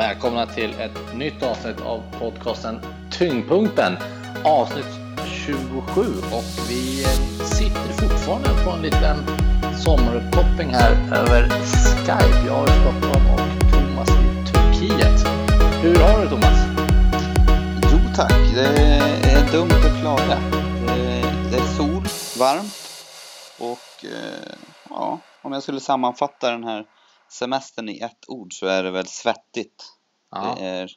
Välkomna till ett nytt avsnitt av podcasten Tyngdpunkten, avsnitt 27, och vi sitter fortfarande på en liten sommaruppkoppling här över Skype. Jag är i Stockholm och Thomas i Turkiet. Hur har du, Thomas? Jo tack, det är dumt att klaga. Det är sol, varmt och ja, om jag skulle sammanfatta den här semestern i ett ord så är det väl svettigt. Ja.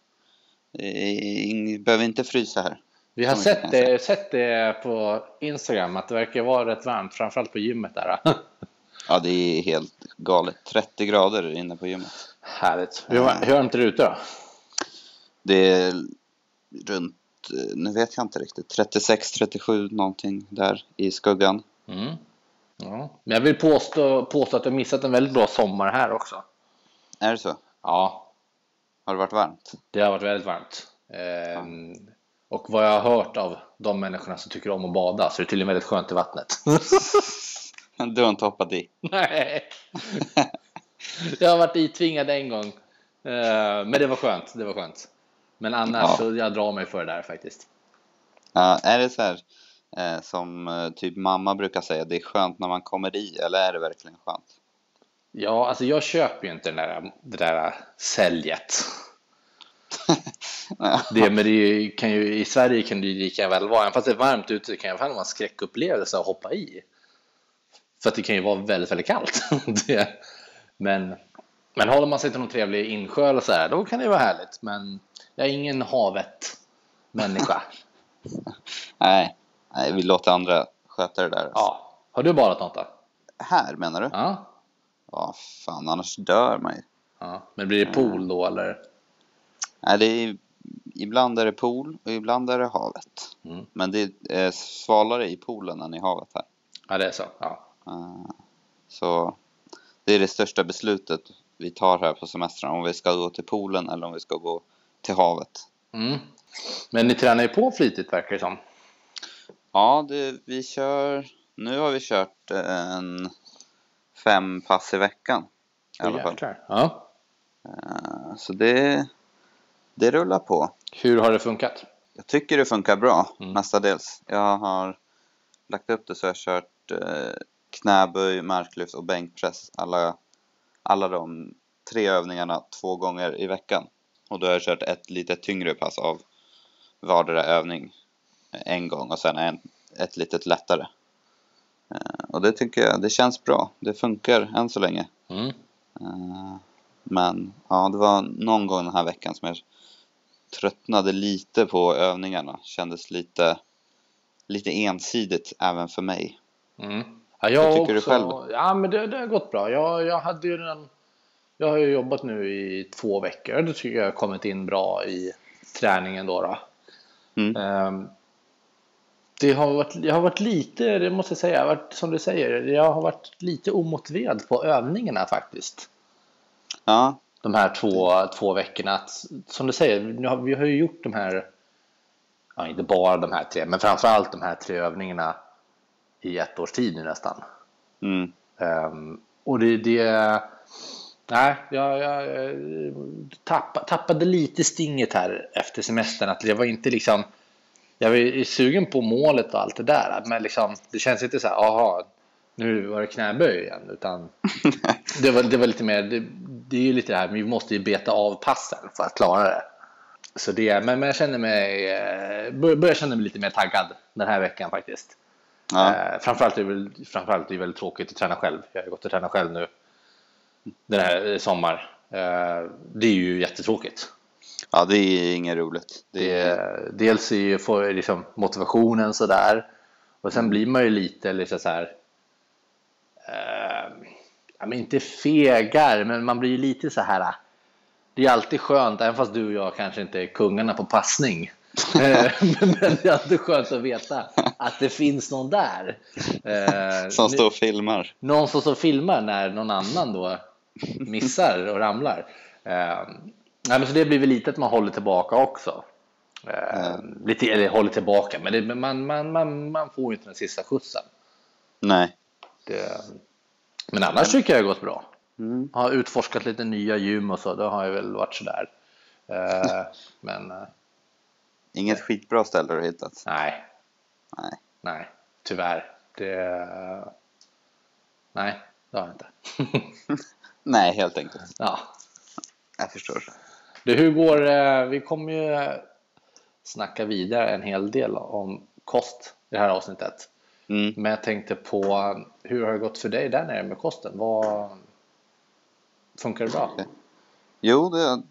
Det behöver inte frysa här. Vi har sett det på Instagram att det verkar vara rätt varmt, framförallt på gymmet där. Ja, det är helt galet. 30 grader inne på gymmet. Härligt. Hur varmt är det ute då? Det är runt, nu vet jag inte riktigt, 36-37 någonting där i skuggan. Mm. Ja. Men jag vill påstå att jag missat en väldigt bra sommar här också. Är det så? Ja. Har det varit varmt? Det har varit väldigt varmt. Och vad jag har hört av de människorna som tycker om att bada, så är det tydligen väldigt skönt i vattnet. Du har inte hoppat i? Nej. Jag har varit itvingad en gång. Men det var skönt. Men annars så jag drar mig för det där faktiskt. Ja, är det så här som typ mamma brukar säga, det är skönt när man kommer i, eller är det verkligen skönt? Ja, alltså jag köper ju inte det där säljet. Men kan ju, i Sverige kan det ju lika väl vara, även fast det är varmt ute, kan det vara en skräckupplevelse att hoppa i. För att det kan ju vara väldigt, väldigt kallt. Men håller man sig till någon trevlig insjö eller så här, då kan det vara härligt. Men jag är ingen havet-människa. Nej, vi låter andra sköta det där. Ja. Har du badat något då? Här menar du? Ja. Ja, fan, annars dör man ju. Ja. Men blir det pool då eller? Nej, ibland är det pool och ibland är det havet. Men det är svalare i poolen än i havet här. Ja, det är så. Ja. Så det är det största beslutet vi tar här på semestern, om vi ska gå till poolen eller om vi ska gå till havet. Men ni tränar ju på flitigt, verkar det som. Ja, nu har vi kört 5 pass i veckan i alla fall. Ja. Så det rullar på. Hur har det funkat? Jag tycker det funkar bra, mestadels. Jag har lagt upp det så jag har kört knäböj, marklyft och bänkpress. Alla de 3 övningarna 2 gånger i veckan. Och då har jag kört ett lite tyngre pass av vardera övning en gång och sen ett litet lättare. Och det tycker jag, det känns bra. Det funkar än så länge. Men ja, det var någon gång den här veckan som jag tröttnade lite på övningarna. Kändes lite ensidigt även för mig. Ja, jag tycker du själv? Ja, men det har gått bra. Jag har ju jobbat nu i 2 veckor. Det tycker jag har kommit in bra i träningen då. Jag har varit lite, det måste jag säga, som du säger, jag har varit lite omotiverad på övningarna faktiskt. Ja. De här 2 veckorna. Som du säger, vi har ju gjort de här, ja, inte bara de här 3, men framförallt de här 3 övningarna i 1 års tid nu nästan. Och nej, jag tappade lite stinget här efter semestern, att det var inte liksom, jag var sugen på målet och allt det där, men liksom, det känns inte så här, aha, nu var det knäböj igen, utan det var lite mer, det är ju lite det här, vi måste ju beta av passen för att klara det. Så men jag känner mig, börjar känna mig lite mer taggad den här veckan faktiskt. Ja. Framförallt är det väldigt tråkigt att träna själv. Jag har gått och träna själv nu den här sommar. Det är ju jättetråkigt. Ja, det är inget roligt. Dels får liksom motivationen så där, och sen blir man ju lite så här, men inte fegar, men man blir ju lite så här. Det är alltid skönt, även fast du och jag kanske inte är kungarna på passning. Men det är alltid skönt att veta att det finns någon där som står och filmar. Någon som står och filmar när någon annan då missar och ramlar. Men så det blir väl lite att man håller tillbaka också. Eller håller tillbaka, men man får ju inte den sista skjutsen. Nej. Men annars tycker jag det har gått bra. Har utforskat lite nya gym och så. Då har jag väl varit sådär Men Inget skitbra ställe du hittat? nej. Nej. Nej, tyvärr. Nej, det har jag inte. Nej, helt enkelt. Ja. Jag förstår. Hur går vi kommer ju snacka vidare en hel del om kost i det här avsnittet. Men jag tänkte på hur har det gått för dig där nere med kosten? Vad funkar det bra? Jo,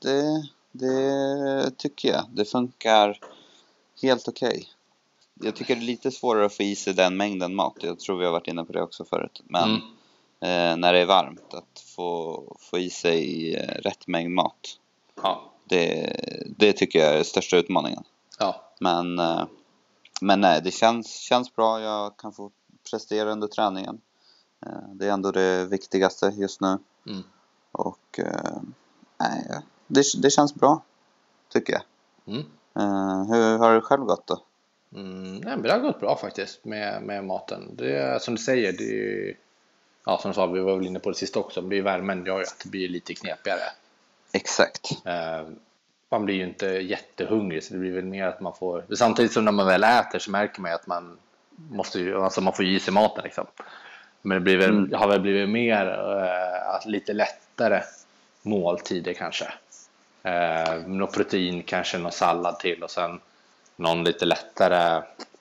det tycker jag. Det funkar helt okej. Jag tycker det är lite svårare att få i sig den mängden mat. Jag tror vi har varit inne på det också förut. Men när det är varmt, att få i sig rätt mängd mat. Ja. Det tycker jag är största utmaningen. Ja. Men nej, det känns bra. Jag kan få prestera under träningen. Det är ändå det viktigaste just nu. Och nej, det känns bra, tycker jag. Hur har det själv gått då? Nej, men det har gått bra faktiskt med maten. Det är, som du säger, ja, som du sa, vi var väl inne på det sista också. Det blir värmen gör ju att det blir lite knepigare. Exakt. Man blir ju inte jättehungrig, så det blir väl mer att man får, samtidigt som när man väl äter så märker man ju att man man får i sig maten liksom. Men det blir väl, har väl blivit mer lite lättare måltider kanske. Något protein, kanske någon sallad till och sen någon lite lättare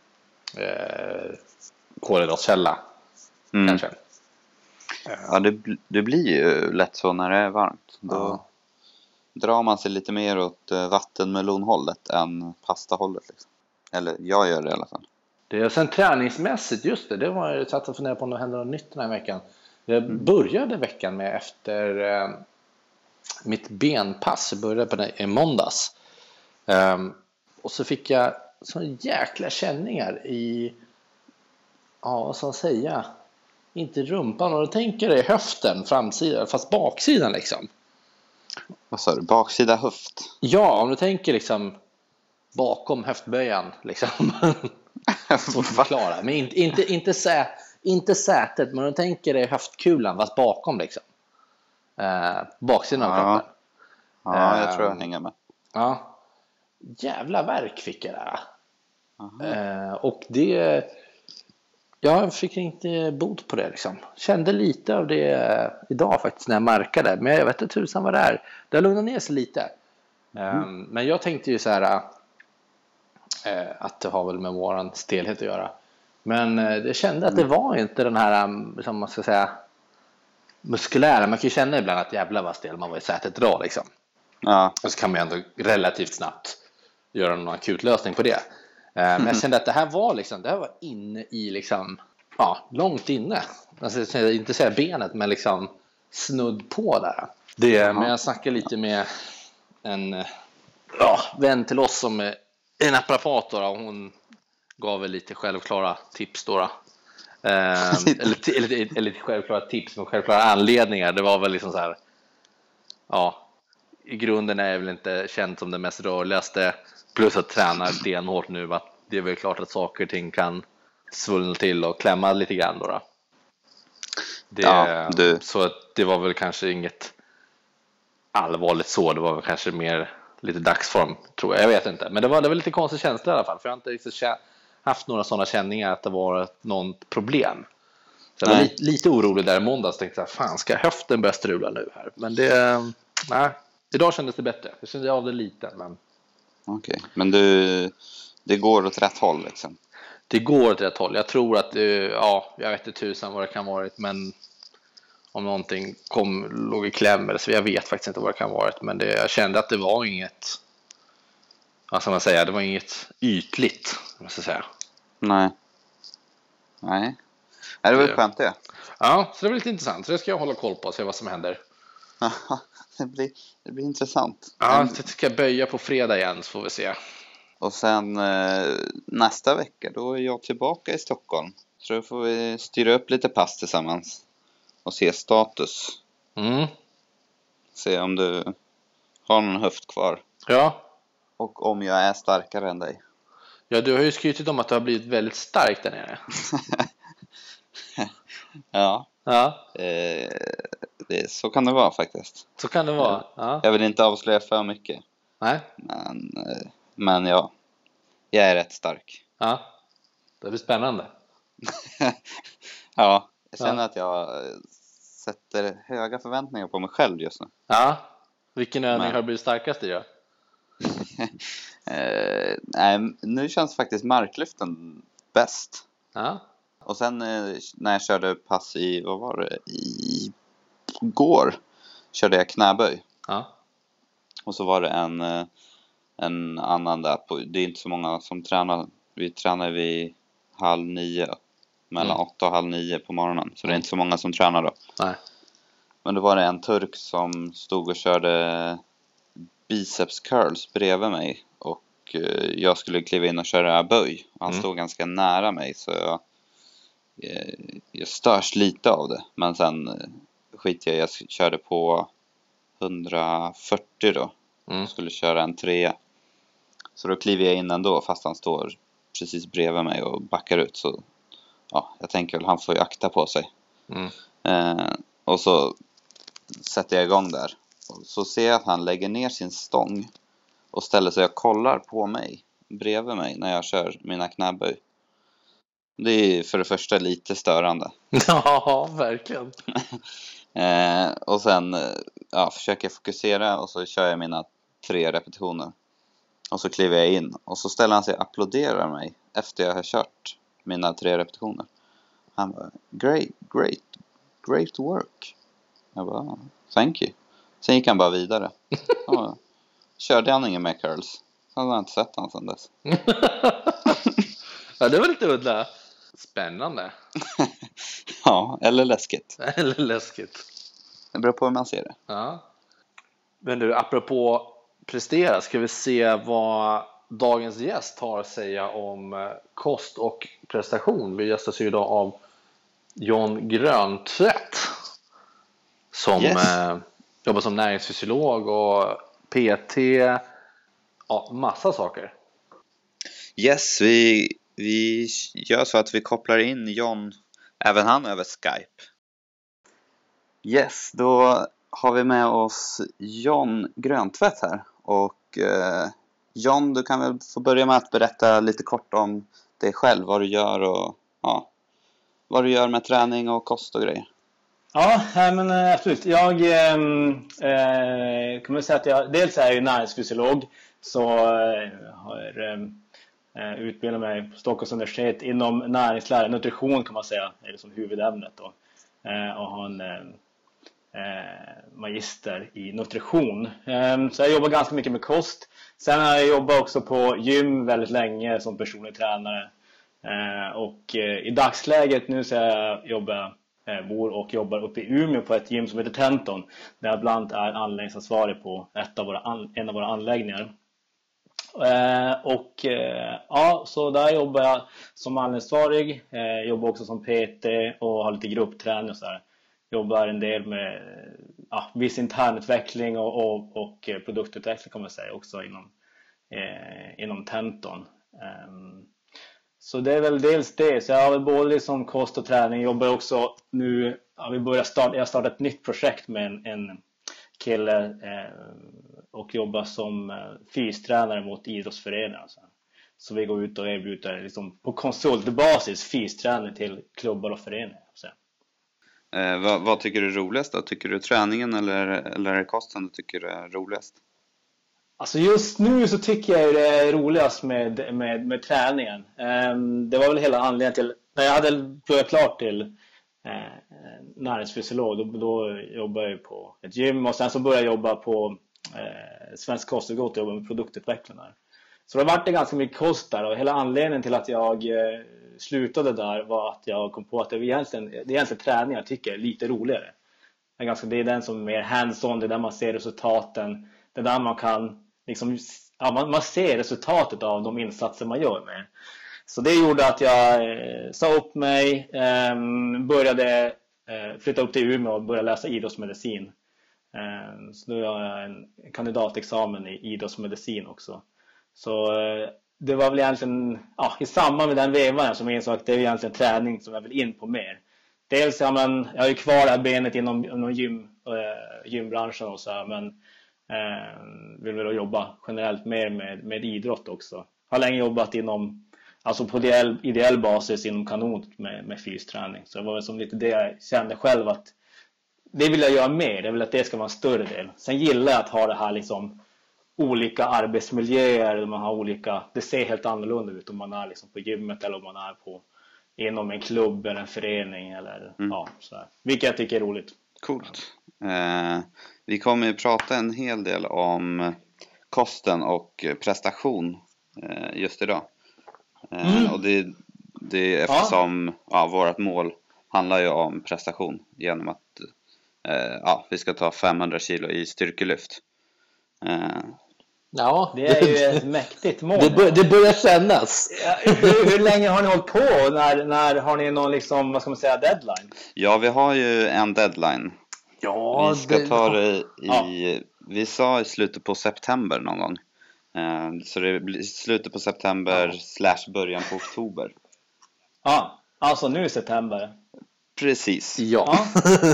kolhydratkälla kanske. Ja, det blir ju lätt så när det är varmt. Då drar man sig lite mer åt vattenmelonhållet än pastahållet liksom. Eller jag gör det i alla fall. Det är sen träningsmässigt, just det var jag satt och funderade på om det händer något nytt den här veckan. Jag började veckan med efter mitt benpass. Jag började på det i måndags. Och så fick jag så jäkla känningar i, ja vad ska jag säga, inte rumpan, och då tänker jag höften, framsidan, fast baksidan liksom. Vad sa du? Baksida höft? Ja, om du tänker liksom bakom höftböjan liksom. Förklara. Men inte sätet, men om du tänker dig höftkulan fast bakom liksom. Baksidan av kroppen. Ja, jag tror jag hänger med. Ja. Jävla verk fick jag där. Och det, jag fick inte bot på det liksom. Kände lite av det idag faktiskt när jag märkade. Men jag vet inte tusan vad det är. Det har lugnat ner sig lite. Men jag tänkte ju så här att det har väl med våran stelhet att göra. Men det kände att det var inte den här, som man ska säga, muskulära. Man kan ju känna ibland att jävla vad stel man var i sätet idag liksom. Ja. Och så kan man ju ändå relativt snabbt göra någon akut lösning på det. Men jag kände att det här var inne i liksom, ja, långt inne. Alltså, inte säga benet, men liksom snudd på där. Men jag snackade lite med en vän till oss som är en naprapat då, och hon gav väl lite självklara tips då. Eller lite självklara tips med självklara anledningar. Det var väl liksom så här, ja, i grunden är jag väl inte känd som den mest rörligaste, plus att tränar stenhårt nu, att det är väl klart att saker och ting kan svullna till och klämma lite grann då. Så att det var väl kanske inget allvarligt så, det var väl kanske mer lite dagsform, tror jag vet inte. Men det var lite konstig känsla i alla fall, för jag har inte riktigt haft några sådana känningar att det var något problem. Så jag var lite orolig där i måndags, tänkte jag, fan, ska höften börja strula nu här? Men idag kändes det bättre. Jag kände av det lite, men okej. Men det går åt rätt håll liksom. Det går åt rätt håll. Jag tror att jag vet inte tusan vad det kan ha varit, men om någonting låg i kläm eller så, jag vet faktiskt inte vad det kan ha varit, men jag kände att det var inget, vad ska man säga, det var inget ytligt, måste jag säga. Nej. Det var skönt det. Ja, så det var lite intressant. Så det ska jag hålla koll på och se vad som händer. Det blir intressant. Ja, jag ska böja på fredag igen, så får vi se. Och sen nästa vecka, då är jag tillbaka i Stockholm. Så då får vi styra upp lite pass tillsammans och se status. Se om du har någon höft kvar. Ja. Och om jag är starkare än dig. Ja, du har ju skrytit om att du har blivit väldigt stark där nere. Ja. Så kan det vara faktiskt. Så kan det vara. Ja. Jag vill inte avslöja för mycket. Nej. Men ja, jag är rätt stark. Ja, det blir spännande. Ja, jag känner att jag sätter höga förväntningar på mig själv just nu. Ja, vilken övning har blivit starkast i då? Nej, nu känns faktiskt marklyften bäst. Ja. Och sen när jag körde pass igår körde jag knäböj. Ja. Och så var det en annan där det är inte så många som tränar. Vi tränar vid 8:30, mellan 8 och 8:30 på morgonen. Så det är inte så många som tränar då. Nej. Men då var det en turk som stod och körde biceps curls bredvid mig. Och jag skulle kliva in och köra böj. Han stod ganska nära mig, så jag störs lite av det. Men sen jag körde på 140 då. Skulle köra en 3. Så då kliver jag in ändå, fast han står precis bredvid mig och backar ut. Så ja, jag tänker väl han får ju akta på sig. Och så sätter jag igång där. Och så ser jag att han lägger ner sin stång och ställer sig och kollar på mig, bredvid mig, när jag kör mina knäböj. Det är för det första lite störande. Ja, verkligen. Och sen försöker jag fokusera, och så kör jag mina 3 repetitioner. Och så kliver jag in, och så ställer han sig och applåderar mig efter jag har kört mina 3 repetitioner. Han bara, great work. Jag bara, thank you. Sen gick han bara vidare. Körde han ingen mer curls. Så hade jag inte sett han sedan dess. Ja, det var lite udda. Spännande. Ja, eller läskigt. Eller läskigt. Det beror på hur man ser det. Ja. Men du, apropå prestera, ska vi se vad dagens gäst har att säga om kost och prestation. Vi gästas ju idag av John Gröntvedt, som jobbar som näringsfysiolog och PT, massa saker. Yes, vi gör så att vi kopplar in John, även han, över Skype. Yes, då har vi med oss John Gröntvedt här. Och John, du kan väl få börja med att berätta lite kort om dig själv, vad du gör och vad du gör med träning och kost och grejer. Ja, men absolut. Jag kommer säga att jag dels är näringsfysiolog, så har utbildat mig på Stockholms universitet inom näringslära, nutrition kan man säga, är det som huvudämnet då. Och har en magister i nutrition. Så jag jobbar ganska mycket med kost. Sen har jag jobbat också på gym väldigt länge som personlig tränare. Och i dagsläget nu så bor och jobbar uppe i Umeå på ett gym som heter Tenton, där jag bland annat är anläggningsansvarig på en av våra anläggningar. Så där jobbar jag som anläggningsansvarig, jobbar också som PT och har lite gruppträning och så här. Jobbar en del med viss internutveckling och produktutveckling kan man säga också inom Tenton. Så det är väl dels det. Så jag har väl både liksom kost och träning. Jobbar också nu. Jag startar ett nytt projekt med en kille och jobbar som fystränare mot idrottsföreningar. Så vi går ut och erbjuder liksom på konsultbasis fysträning till klubbar och föreningar. Vad tycker du är roligast då? Tycker du träningen eller är det kosten du tycker är roligast? Alltså just nu så tycker jag det är roligast med träningen. Det var väl hela anledningen till när jag hade pluggat klart till näringsfysiolog. Då jobbade jag på ett gym, och sen så började jag jobba på Svensk Kosttillgång och jobba med produktutveckling där. Så det har varit ganska mycket kost där, och hela anledningen till att jag slutade där var att jag kom på att det är egentligen träning jag tycker är lite roligare. Det är den som är mer hands-on, det är där man ser resultaten. Det är där man kan liksom, man ser resultatet av de insatser man gör med. Så det gjorde att jag sa upp mig, började flytta upp till Umeå och började läsa idrottsmedicin. Så nu har jag en kandidatexamen i idrottsmedicin också. Så det var väl egentligen i samband med den vevan som jag insåg att det är egentligen träning som jag vill in på mer. Dels jag har ju kvar det här benet inom gymbranschen och så här, men Vill väl jobba generellt mer med idrott också. Har länge jobbat inom, alltså på ideell basis inom kanon med fysträning. Så det var väl som lite det jag kände själv att det vill jag göra mer. Jag vill att det ska vara en större del. Sen gillar jag att ha det här liksom olika arbetsmiljöer. Man har olika, det ser helt annorlunda ut om man är liksom på gymmet eller om man är inom en klubb eller en förening eller ja, så här. Vilket jag tycker är roligt. Coolt. Vi kommer ju prata en hel del om kosten och prestation just idag. Och det är eftersom vårt mål handlar ju om prestation genom att vi ska ta 500 kilo i styrkelyft. Ja, det är ju ett mäktigt mål. Det börjar kännas. Hur länge har ni hållit på? När har ni någon liksom, vad ska man säga, deadline? Ja, vi har ju en deadline. Ja, vi ska ta det vi sa i slutet på september någon gång. Så det blir slutet på september / början på oktober. Ja, alltså nu i september. Precis. Ja.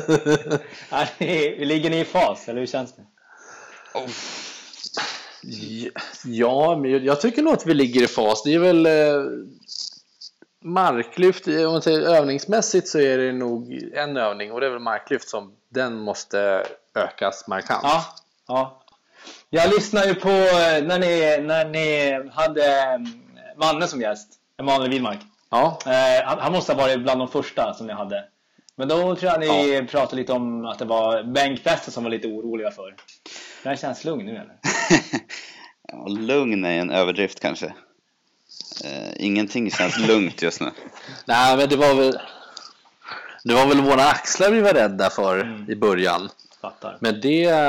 Ligger ni i fas, eller hur känns det? Ja, men jag tycker nog att vi ligger i fas. Det är väl marklyft, om man säger övningsmässigt så är det nog en övning och det är väl marklyft som den måste ökas markant. Ja. Jag lyssnar ju på när ni hade Manne som gäst, Emanuel Widmark. Ja. Han måste ha varit bland de första som ni hade. Men då tror jag ni pratade lite om att det var bänkpressen som var lite oroliga för. Det känns lugn nu eller? Ja, lugn är en överdrift kanske. Ingenting känns lugnt just nu. Nej, men det var väl våra axlar vi var rädda för i början. Fattar. Men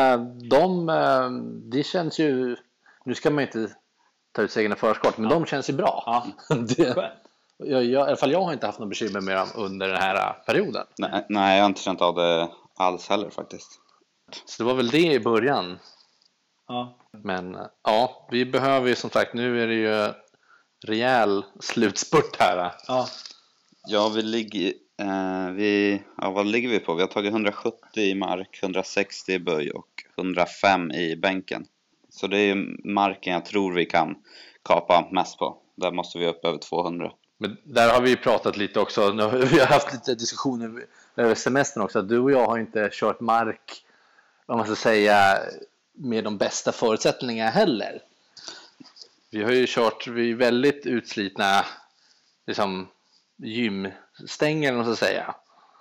det känns ju, nu ska man inte ta ut segern i förskott, men de känns ju bra. Ja. I alla fall jag har inte haft någon bekymmer med dem under den här perioden. Nej, jag har inte känt av det alls heller faktiskt. Så det var väl det i början. Ja. Men ja, vi behöver ju som sagt, nu är det ju rejäl slutspurt här. Ja, vi ligger vad ligger vi på? Vi har tagit 170 i mark, 160 i böj och 105 i bänken. Så det är marken jag tror vi kan kapa mest på. Där måste vi upp över 200. Men där har vi pratat lite också. Vi har haft lite diskussioner över semestern också. Du och jag har inte kört mark, om man ska säga, med de bästa förutsättningarna heller. Vi har ju kört väldigt utslitna liksom, gymstänger, om man ska säga.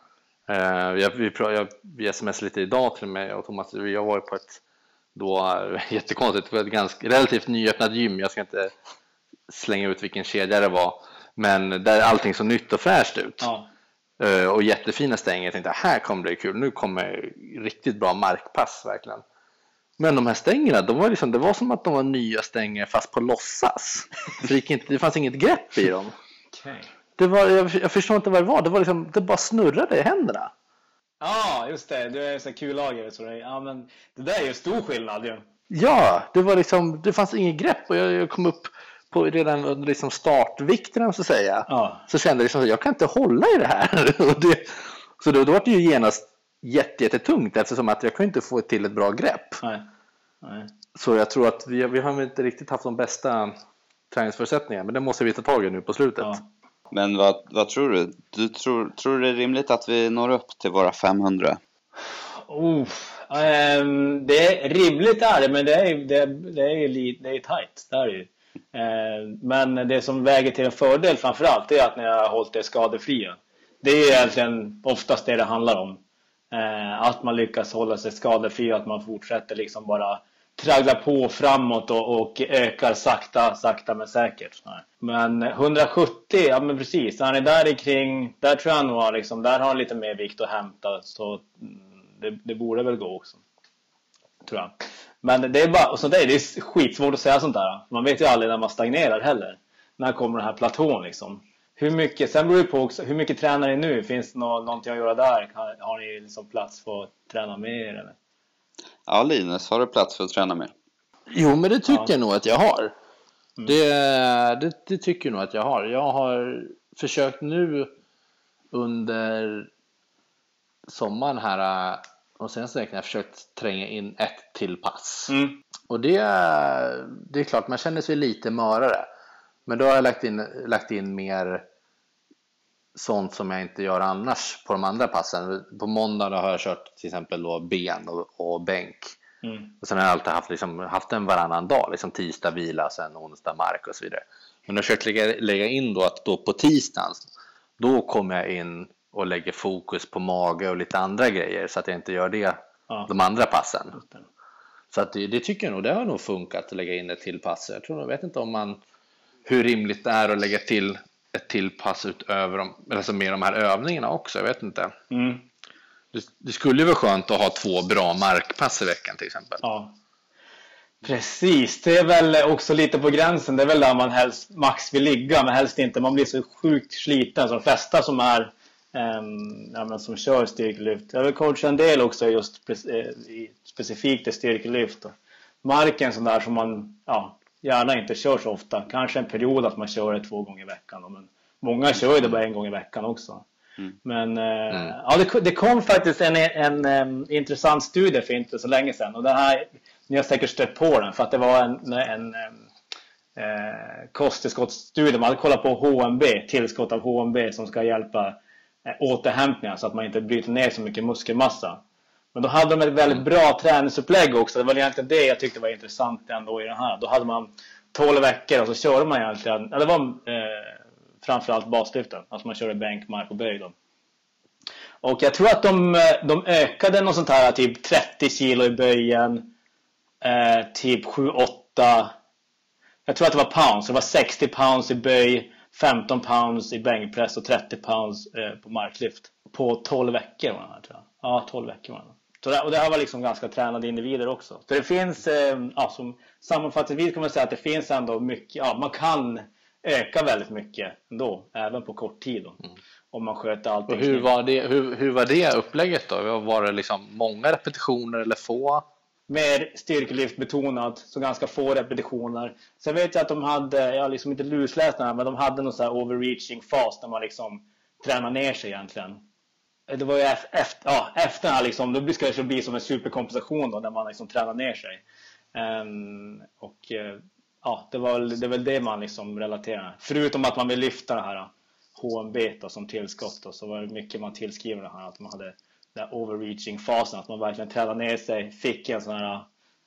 Vi sms lite idag till mig och Thomas. Jag var ju på ett jättekonstigt, ett ganska relativt nyöppnat gym. Jag ska inte slänga ut vilken kedja det var. Men där allting så nytt och fräscht ut. Och jättefina stänger. Jag tänkte, här kommer det kul. Nu kommer riktigt bra markpass verkligen. Men de här stängerna, det var som att de var nya stänger fast på låtsas. För det fanns inget grepp i dem. Okay. Jag förstår inte vad det var. Det var liksom, det bara snurrade i händerna. Ja, just det. Du är så kullager. Så ja, men det där är ju stor skillnad ju. Ja, det var liksom, det fanns inget grepp. Och jag kom upp på redan under liksom startvikten, så att säga. Så kände jag liksom, jag kan inte hålla i det här. Så då var det ju genast jättetungt eftersom att jag kunde inte få till ett bra grepp. Nej. Så jag tror att vi har inte riktigt haft de bästa träningsförutsättningarna, men det måste vi ta tag i nu på slutet. Men vad tror du? Tror du det är rimligt att vi når upp till våra 500? Det är rimligt är det, men det är tajt. Det är det ju. Men det som väger till en fördel framförallt är att ni har hållit det skadefria. Det är egentligen oftast det handlar om. Att man lyckas hålla sig skadefri, att man fortsätter liksom bara traggla på framåt och ökar sakta men säkert. Men 170, ja men precis, han är där kring, där tror jag nog liksom, där har han lite mer vikt att hämta, så det borde väl gå också, tror jag. Men det är bara, och så det är skitsvårt att säga sånt där. Man vet ju aldrig när man stagnerar heller. När kommer den här platån liksom. Hur mycket, sen beror det på också, hur mycket tränar ni nu? Finns det någonting att göra där? Har ni liksom plats för att träna mer eller? Ja, Linus, har du plats för att träna mer? Jo, men det tycker jag nog att jag har. Det tycker jag nog att jag har. Jag har försökt nu under sommaren här Och sen så har jag försökt tränga in ett till pass. Och det är klart, man känner sig lite mörare. Men då har jag lagt in mer sånt som jag inte gör annars på de andra passen. På måndag har jag kört till exempel då ben och bänk. Och sen har jag alltid haft en varannan dag. Liksom tisdag vila, sen onsdag mark och så vidare. Men jag har försökt lägga in då att då på tisdagen, då kommer jag in och lägger fokus på mage och lite andra grejer. Så att jag inte gör det de andra passen. Så att det tycker jag nog, det har nog funkat att lägga in ett till pass. Jag vet inte hur rimligt det är att lägga till ett till pass utöver med de här övningarna också. Jag vet inte. Det skulle ju vara skönt att ha 2 bra markpass i veckan till exempel. Ja, precis. Det är väl också lite på gränsen. Det är väl där man helst max vill ligga, men helst inte. Man blir så sjukt sliten. Så de flesta som är som kör styrkelyft. Jag vill coacha en del också just specifikt i styrkelyft. Marken sån där som man gärna inte kör så ofta. Kanske en period att man kör det 2 gånger i veckan. Men många kör det bara 1 gång i veckan också. Men det kom faktiskt en intressant studie för inte så länge sedan. Och den här, ni har säkert stött på den. För att det var en kosttillskottsstudie. Man hade kollat på HMB, tillskott av HMB som ska hjälpa återhämtningen så att man inte bryter ner så mycket muskelmassa. Men då hade de ett väldigt bra träningsupplägg också. Det var egentligen det jag tyckte var intressant ändå i den här. Då hade man 12 veckor och så körde man egentligen, det var framförallt baslyften. Alltså man körde bänk, mark och böj då. Och jag tror att de ökade något sånt här typ 30 kilo i böjen, typ 7-8. Jag tror att det var pounds. Det var 60 pounds i böj, 15 pounds i bänkpress och 30 pounds på marklyft. På 12 veckor var det, tror jag. Ja, 12 veckor var det. Och det här var liksom ganska tränade individer också. Så det finns, som sammanfattningsvis kan man säga att det finns ändå mycket, man kan öka väldigt mycket ändå, även på kort tid då. Om man sköter allting. Och hur var det upplägget då? Var det liksom många repetitioner eller få? Mer styrkelyft betonat, så ganska få repetitioner. Sen vet jag att de hade, jag har liksom inte lusläst den här, men de hade någon sån här overreaching fas där man liksom tränar ner sig egentligen. Det var ju efter här liksom, då ska det bli som en superkompensation då, när man liksom tränar ner sig. Det är väl det man liksom relaterar. Förutom att man vill lyfta det här HMB då, som tillskott då, så var det mycket man tillskriver det här, att man hade den overreaching-fasen, att man verkligen tränade ner sig, fick en sån här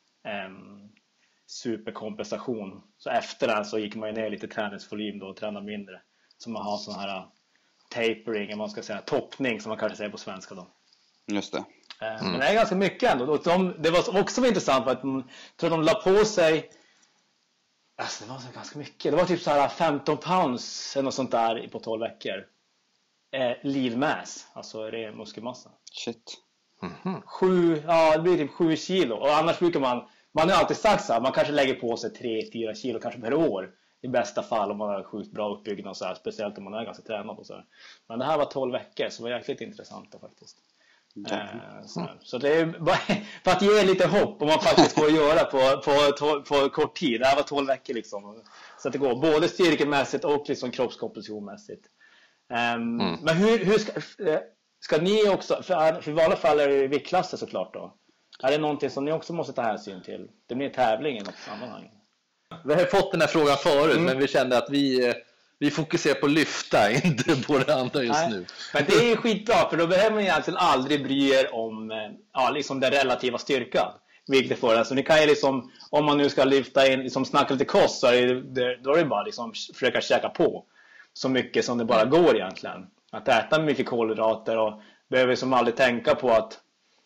superkompensation. Så efter den så gick man ju ner lite träningsvolym då och tränade mindre. Så man har sån här tapering, man ska säga toppning som man kanske säger på svenska då. Just det. Men det är ganska mycket ändå. Det var också intressant för att jag tror de la på sig, alltså det var så ganska mycket. Det var typ så här 15 pounds eller något sånt där på 12 veckor. Lean mass, alltså ren muskelmassa. Shit. Det blir typ 7 kilo. Och annars brukar man har alltid sagt så här, man kanske lägger på sig 3-4 kilo kanske per år. I bästa fall om man har sjukt bra uppbyggnad och så här, speciellt om man är ganska tränad och så här. Men det här var 12 veckor, så det var jäkligt intressant då, faktiskt. Så det är bara för att ge lite hopp om man faktiskt får göra på kort tid. Det här var 12 veckor liksom. Så att det går både styrkemässigt och liksom kroppskompositionmässigt. Men hur ska ni också, för i vanliga fall är det viktklasser såklart då. Är det någonting som ni också måste ta hänsyn till? Det blir tävling i något sammanhang. Vi har fått den här frågan förut, men vi kände att vi fokuserar på lyfta, inte på det andra just nu. Men det är skitbra, för då behöver man egentligen aldrig bry er om liksom den relativa styrkan. Vilket för alltså, ni kan ju liksom, om man nu ska lyfta in, liksom snacka lite kost, så då är det bara liksom försöka käka på så mycket som det bara går egentligen. Att äta mycket kolhydrater, och behöver som aldrig tänka på att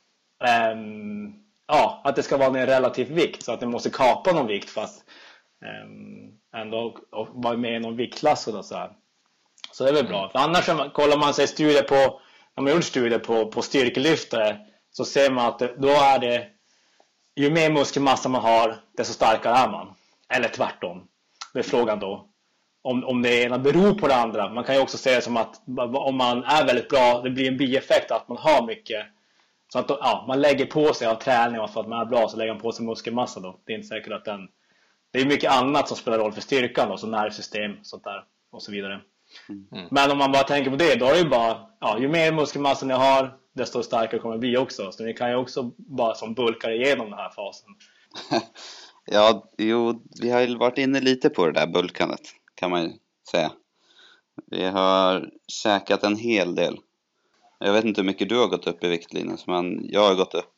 att det ska vara en relativ vikt, så att det måste kapa någon vikt fast ändå och vara med i någon viktklass och så här. Så det är väl bra. För annars kollar man sig studier på, när man gjort studier på styrkelyftare, så ser man att då är det, ju mer muskelmassa man har, desto starkare är man. Eller tvärtom. Det är frågan då om det ena beror på det andra. Man kan ju också säga det som att om man är väldigt bra, det blir en bieffekt att man har mycket. Så att man lägger på sig av träning, och för att man är bra så lägger man på sig muskelmassa då. Det är inte säkert att det är mycket annat som spelar roll för styrkan då, som nervsystem, sånt där och så vidare. Men om man bara tänker på det, då är det ju bara, ju mer muskelmassa ni har, desto starkare kommer det bli också. Så ni kan ju också bara som bulka igenom den här fasen. Ja, jo, vi har ju varit inne lite på det där bulkandet, kan man ju säga. Vi har käkat en hel del. Jag vet inte hur mycket du har gått upp i vikt, Linus, men jag har gått upp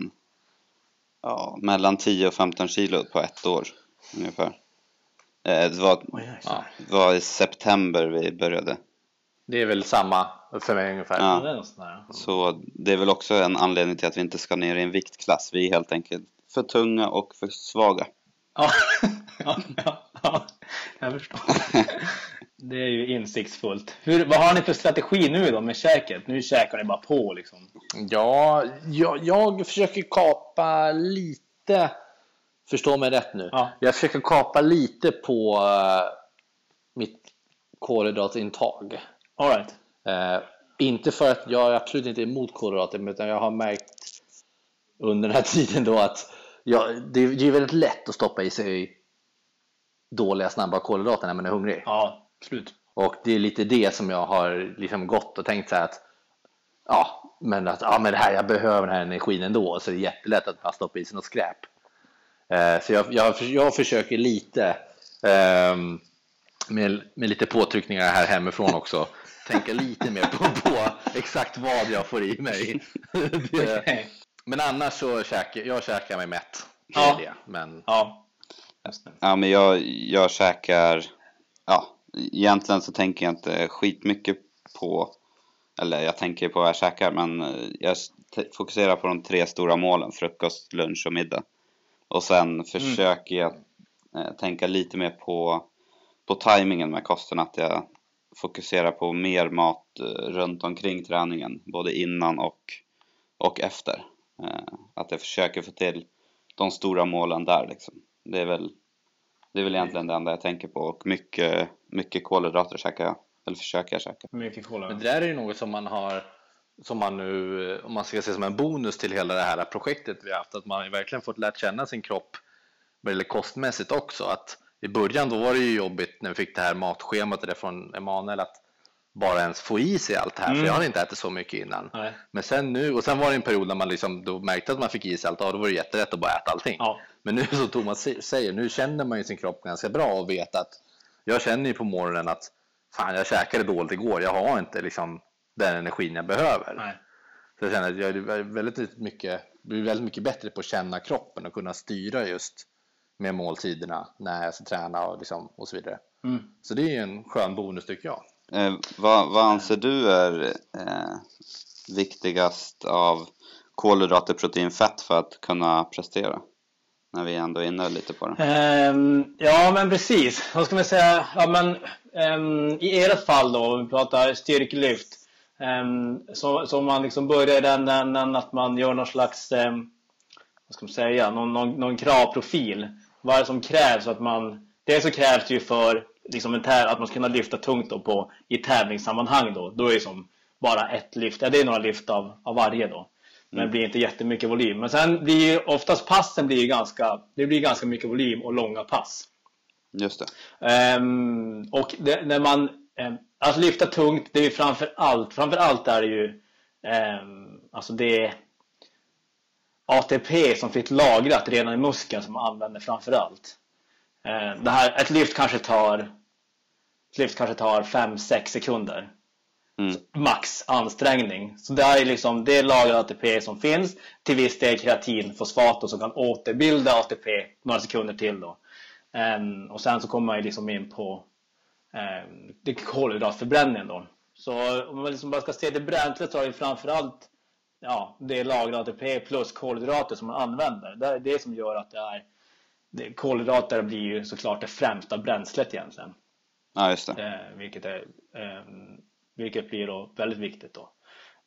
mellan 10 och 15 kilo på ett år ungefär. Det var i september vi började. Det är väl samma för mig ungefär. Ja. Det är något sånt där. Så det är väl också en anledning till att vi inte ska ner i en viktklass. Vi är helt enkelt för tunga och för svaga. Ja, jag förstår. Det är ju insiktsfullt. Vad har ni för strategi nu då med käket? Nu käkar ni bara på liksom. Ja, jag försöker kapa lite. Förstå mig rätt nu. Ja. Jag försöker kapa lite på mitt kolhydratintag. All right. Inte för att jag absolut inte är emot kolhydrater, utan jag har märkt under den här tiden då att det är väldigt lätt att stoppa i sig dåliga snabba kolhydrater när man är hungrig. Ja, slut. Och det är lite det som jag har liksom gått och tänkt så här att men det här, jag behöver den här energin ändå, så det är jättelätt att bara stoppa i sig något skräp. Så jag försöker lite med lite påtryckningar här hemifrån också tänka lite mer på exakt vad jag får i mig. Okay. Men annars så käkar mig mätt. Ja. Det. Men Ja. Ja, men jag käkar, egentligen så tänker jag inte skitmycket på, eller jag tänker på vad jag käkar, men jag fokuserar på de 3 stora målen: frukost, lunch och middag. Och sen försöker jag tänka lite mer på tajmingen med kosten, att jag fokuserar på mer mat runt omkring träningen, både innan och efter. Att jag försöker få till de stora målen där liksom. Det är väl egentligen det enda jag tänker på. Och mycket kolhydrater käkar jag, eller försöker jag käka. Mycket kola. Men det där är ju något som man nu, om man ska se som en bonus till hela det här projektet vi har haft, att man verkligen fått lärt känna sin kropp väldigt kostmässigt också. Att i början då var det ju jobbigt när vi fick det här matschemat där från Emanuel, att bara ens få i sig allt det här, för jag hade inte ätit så mycket innan. Nej. Men sen var det en period när man liksom då märkte att man fick i sig allt, då var det jätterätt att bara äta allting. Ja. Men nu, som Thomas säger, nu känner man ju sin kropp ganska bra och vet att jag känner ju på morgonen att fan, jag käkade dåligt igår, jag har inte liksom den energin jag behöver. Nej. Så jag känner att jag är väldigt mycket bättre på att känna kroppen och kunna styra just med måltiderna när jag ska träna och så vidare. Så det är ju en skön bonus tycker jag. Vad anser du är viktigast av kolhydrater, protein, fett för att kunna prestera? När vi ändå är inne lite på det. Ja, men precis. Vad ska man säga? Ja, men i ert fall då, om vi pratar styrkelyft, så man liksom börjar den att man gör någon slags vad ska man säga, någon kravprofil. Vad är det som krävs? Att det så krävs ju för liksom att man ska kunna lyfta tungt då i tävlingssammanhang då är det som bara ett lyft. Ja, det är några lyft av varje då. Men det blir inte jättemycket volym. Men sen blir ju oftast passen det blir ganska mycket volym och långa pass. Just det. Och när man att lyfta tungt, det är ju framför allt är det ju alltså det är ATP som finns lagrat redan i muskeln som man använder framför allt. Ett lyft kanske tar 5-6 sekunder. Max ansträngning. Så det är liksom det lagrar ATP som finns, till viss del kreatin, fosfat som kan återbilda ATP några sekunder till då. Och sen så kommer man ju liksom in på det kolhydratförbränningen då. Så om man liksom bara ska se det bränslet, så har ju framförallt det lagrar ATP plus kolhydrater som man använder. Det är det som gör att kolhydrater blir ju såklart det främsta bränslet egentligen. Ja, just det. Vilket blir då väldigt viktigt då.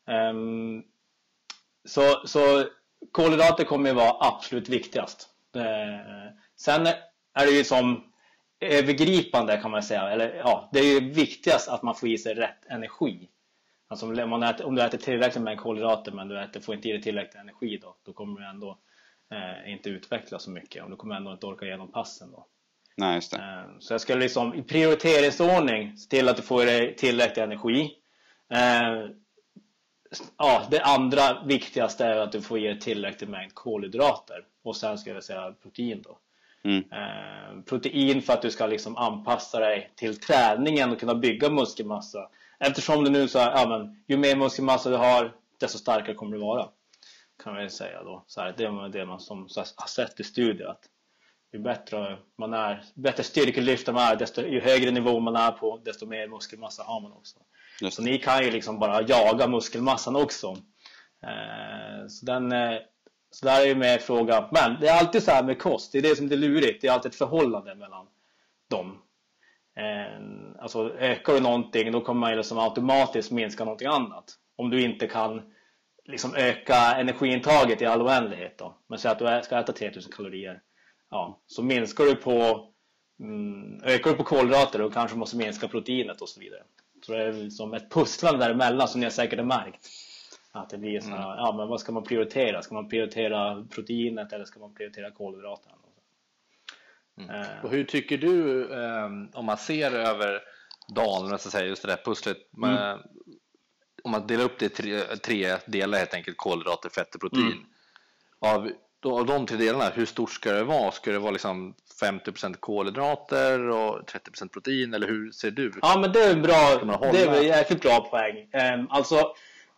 Så kolhydrater kommer ju vara absolut viktigast. Sen är det ju som övergripande kan man säga. Det är ju viktigast att man får i sig rätt energi. Alltså om du äter tillräckligt med kolhydrater men du får inte i dig tillräckligt energi då kommer du ändå inte utveckla så mycket. Och du kommer ändå inte orka igenom passen då. Nej, just det. Så jag skulle liksom i prioriteringsordning se till att du får tillräcklig energi. det andra viktigaste är att du får ge tillräckligt mängd kolhydrater. Och sen ska jag säga protein då. Protein för att du ska liksom anpassa dig till träningen och kunna bygga muskelmassa. Eftersom det nu så är, ju mer muskelmassa du har, desto starkare kommer du vara. Kan man säga då. Så här, det är det man som har sett i studier, att ju bättre styrkelyft man är, ju högre nivå man är på, desto mer muskelmassa har man också. Så ni kan ju liksom bara jaga muskelmassan också. Så där är ju med frågan. Men det är alltid så här med kost. Det är det som är lurigt. Det är alltid ett förhållande mellan dem. Alltså ökar du någonting, då kommer man ju liksom automatiskt minska någonting annat. Om du inte kan liksom öka energiintaget i all oändlighet då. Men säg att du ska äta 3000 kalorier. Ja, så minskar du på ökar du på kolhydrater och kanske måste minska proteinet och så vidare. Så det är liksom ett pusslande däremellan som ni har säkert märkt. Att det blir så här, men vad ska man prioritera? Ska man prioritera proteinet eller ska man prioritera kolhydraterna? Och hur tycker du om man ser över dagen, så säga, just det där pusslet om man delar upp det i tre delar helt enkelt, kolhydrater, fett och protein. Av de tre delarna, hur stort ska det vara? Ska det vara liksom 50% kolhydrater och 30% protein, eller hur ser du? Ja, men det är en jäkligt bra poäng. Alltså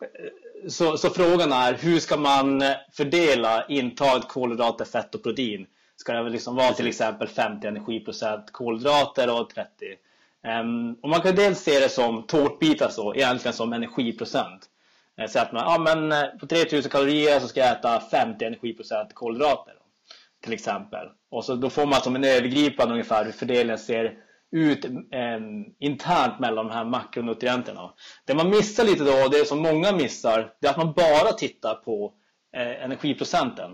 så frågan är, hur ska man fördela intag kolhydrater, fett och protein? Ska det liksom vara till exempel 50 energiprocent kolhydrater och 30? Och man kan dels se det som tårtbitar, så egentligen som energiprocent. Så att man, på 3000 kalorier så ska jag äta 50 energiprocent kolhydrater till exempel. Och så då får man som en övergripande ungefär hur fördelningen ser ut internt mellan de här makronutrienterna. Det man missar lite då, det som många missar, det är att man bara tittar på energiprocenten.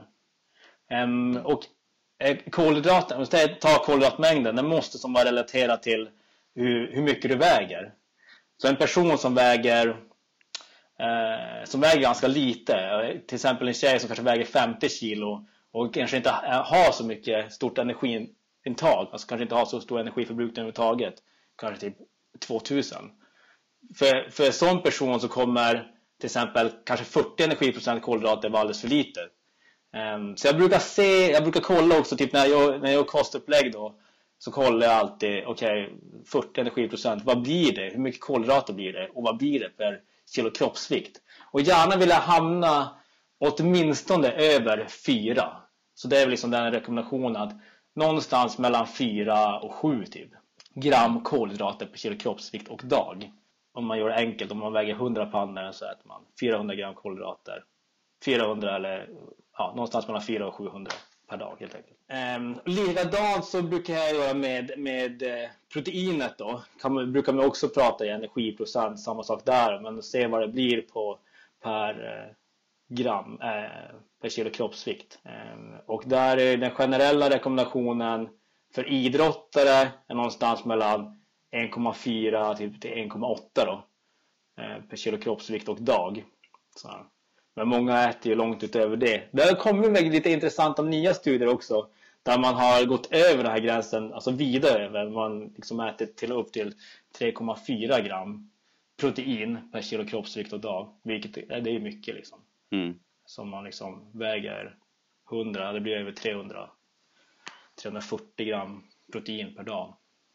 Och kolhydraten, om jag tar kolhydratmängden, den måste som vara relaterad till hur mycket du väger. Så en person som väger ganska lite, till exempel en tjej som kanske väger 50 kilo och kanske inte har så mycket stort energiintag, alltså kanske inte har så stor energiförbrukning överhuvudtaget, kanske typ 2000. För en sån person så kommer till exempel kanske 40 energiprocent kolhydrater vara alldeles för lite. Så jag brukar kolla också, typ när jag gör kostupplägg då, så kollar jag alltid, 40 energiprocent, vad blir det? Hur mycket kolhydrater blir det? Och vad blir det per kilo kroppsvikt? Och gärna vill jag hamna åtminstone över 4. Så det är väl liksom den rekommendationen, att någonstans mellan 4 och 7 typ gram kolhydrater per kilo kroppsvikt och dag. Om man gör det enkelt, om man väger 100 pannor så äter man 400 gram kolhydrater. 400 eller någonstans mellan 400 och 700 per dag helt enkelt. Likadant så brukar jag göra med proteinet då. Brukar man också prata i energiprocent, samma sak där. Men se vad det blir på per gram per kilo kroppsvikt. Och där är den generella rekommendationen för idrottare är någonstans mellan 1,4 till 1,8 då per kilo kroppsvikt och dag. Så. Men många äter ju långt utöver det. Det har kommit lite intressanta nya studier också, där man har gått över den här gränsen, alltså vida över. Man liksom äter till upp till 3,4 gram protein per kilo kroppsvikt och dag. Vilket det är mycket liksom. Som man liksom väger 100, det blir över 340 gram protein per dag.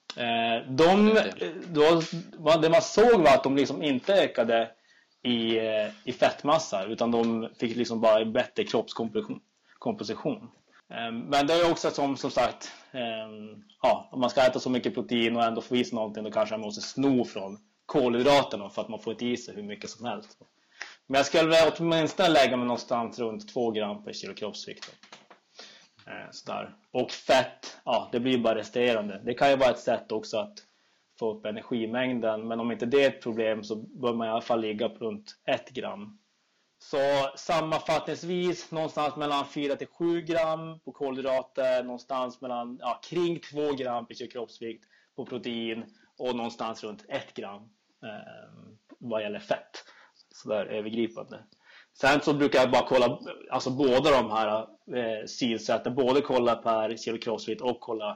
Det man såg var att de liksom inte ökade i fettmassa, utan de fick liksom bara en bättre kroppskomposition. Men det är också som sagt, om man ska äta så mycket protein och ändå få i sig någonting, då kanske man måste sno från kolhydraterna för att man får inte i sig hur mycket som helst. Men jag skulle väl åtminstone lägga mig någonstans runt 2 gram per kilo kroppsvikt. Sådär. Och fett, det blir bara resterande. Det kan ju vara ett sätt också att få upp energimängden, men om inte det är ett problem så bör man i alla fall ligga på runt 1 gram. Så sammanfattningsvis någonstans mellan 4 till 7 gram på kolhydrater, någonstans mellan kring 2 gram per kilo kroppsvikt på protein och någonstans runt 1 gram vad gäller fett. Så där övergripande. Sen så brukar jag bara kolla alltså båda de här synsätten, både kolla per kilo kroppsvikt och kolla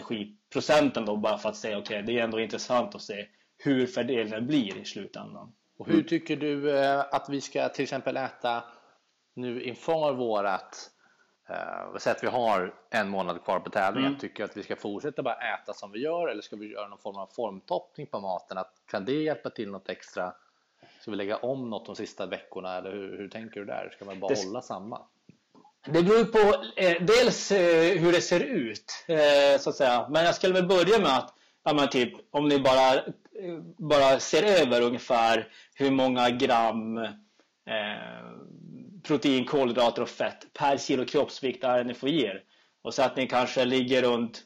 energiprocenten då, bara för att säga det är ändå intressant att se hur fördelningen blir i slutändan. Och hur tycker du att vi ska till exempel äta nu inför vårat, vad säger att vi har en månad kvar på tävlingen? Tycker att vi ska fortsätta bara äta som vi gör, eller ska vi göra någon form av formtoppning på maten? Kan det hjälpa till något extra? Ska vi lägga om något de sista veckorna, eller hur tänker du där? Ska man bara hålla samma? Det beror på dels hur det ser ut, så att säga. Men jag skulle väl börja med att typ, om ni bara ser över ungefär hur många gram protein, kolhydrater och fett per kilo kroppsvikt är ni får ge er. Och så att ni kanske ligger runt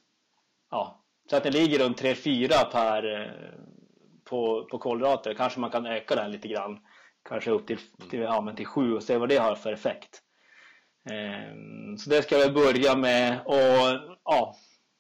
3-4 per på kolhydrater. Kanske man kan öka den lite grann. Kanske upp till 7 och se vad det har för effekt. Så det ska jag börja med. Och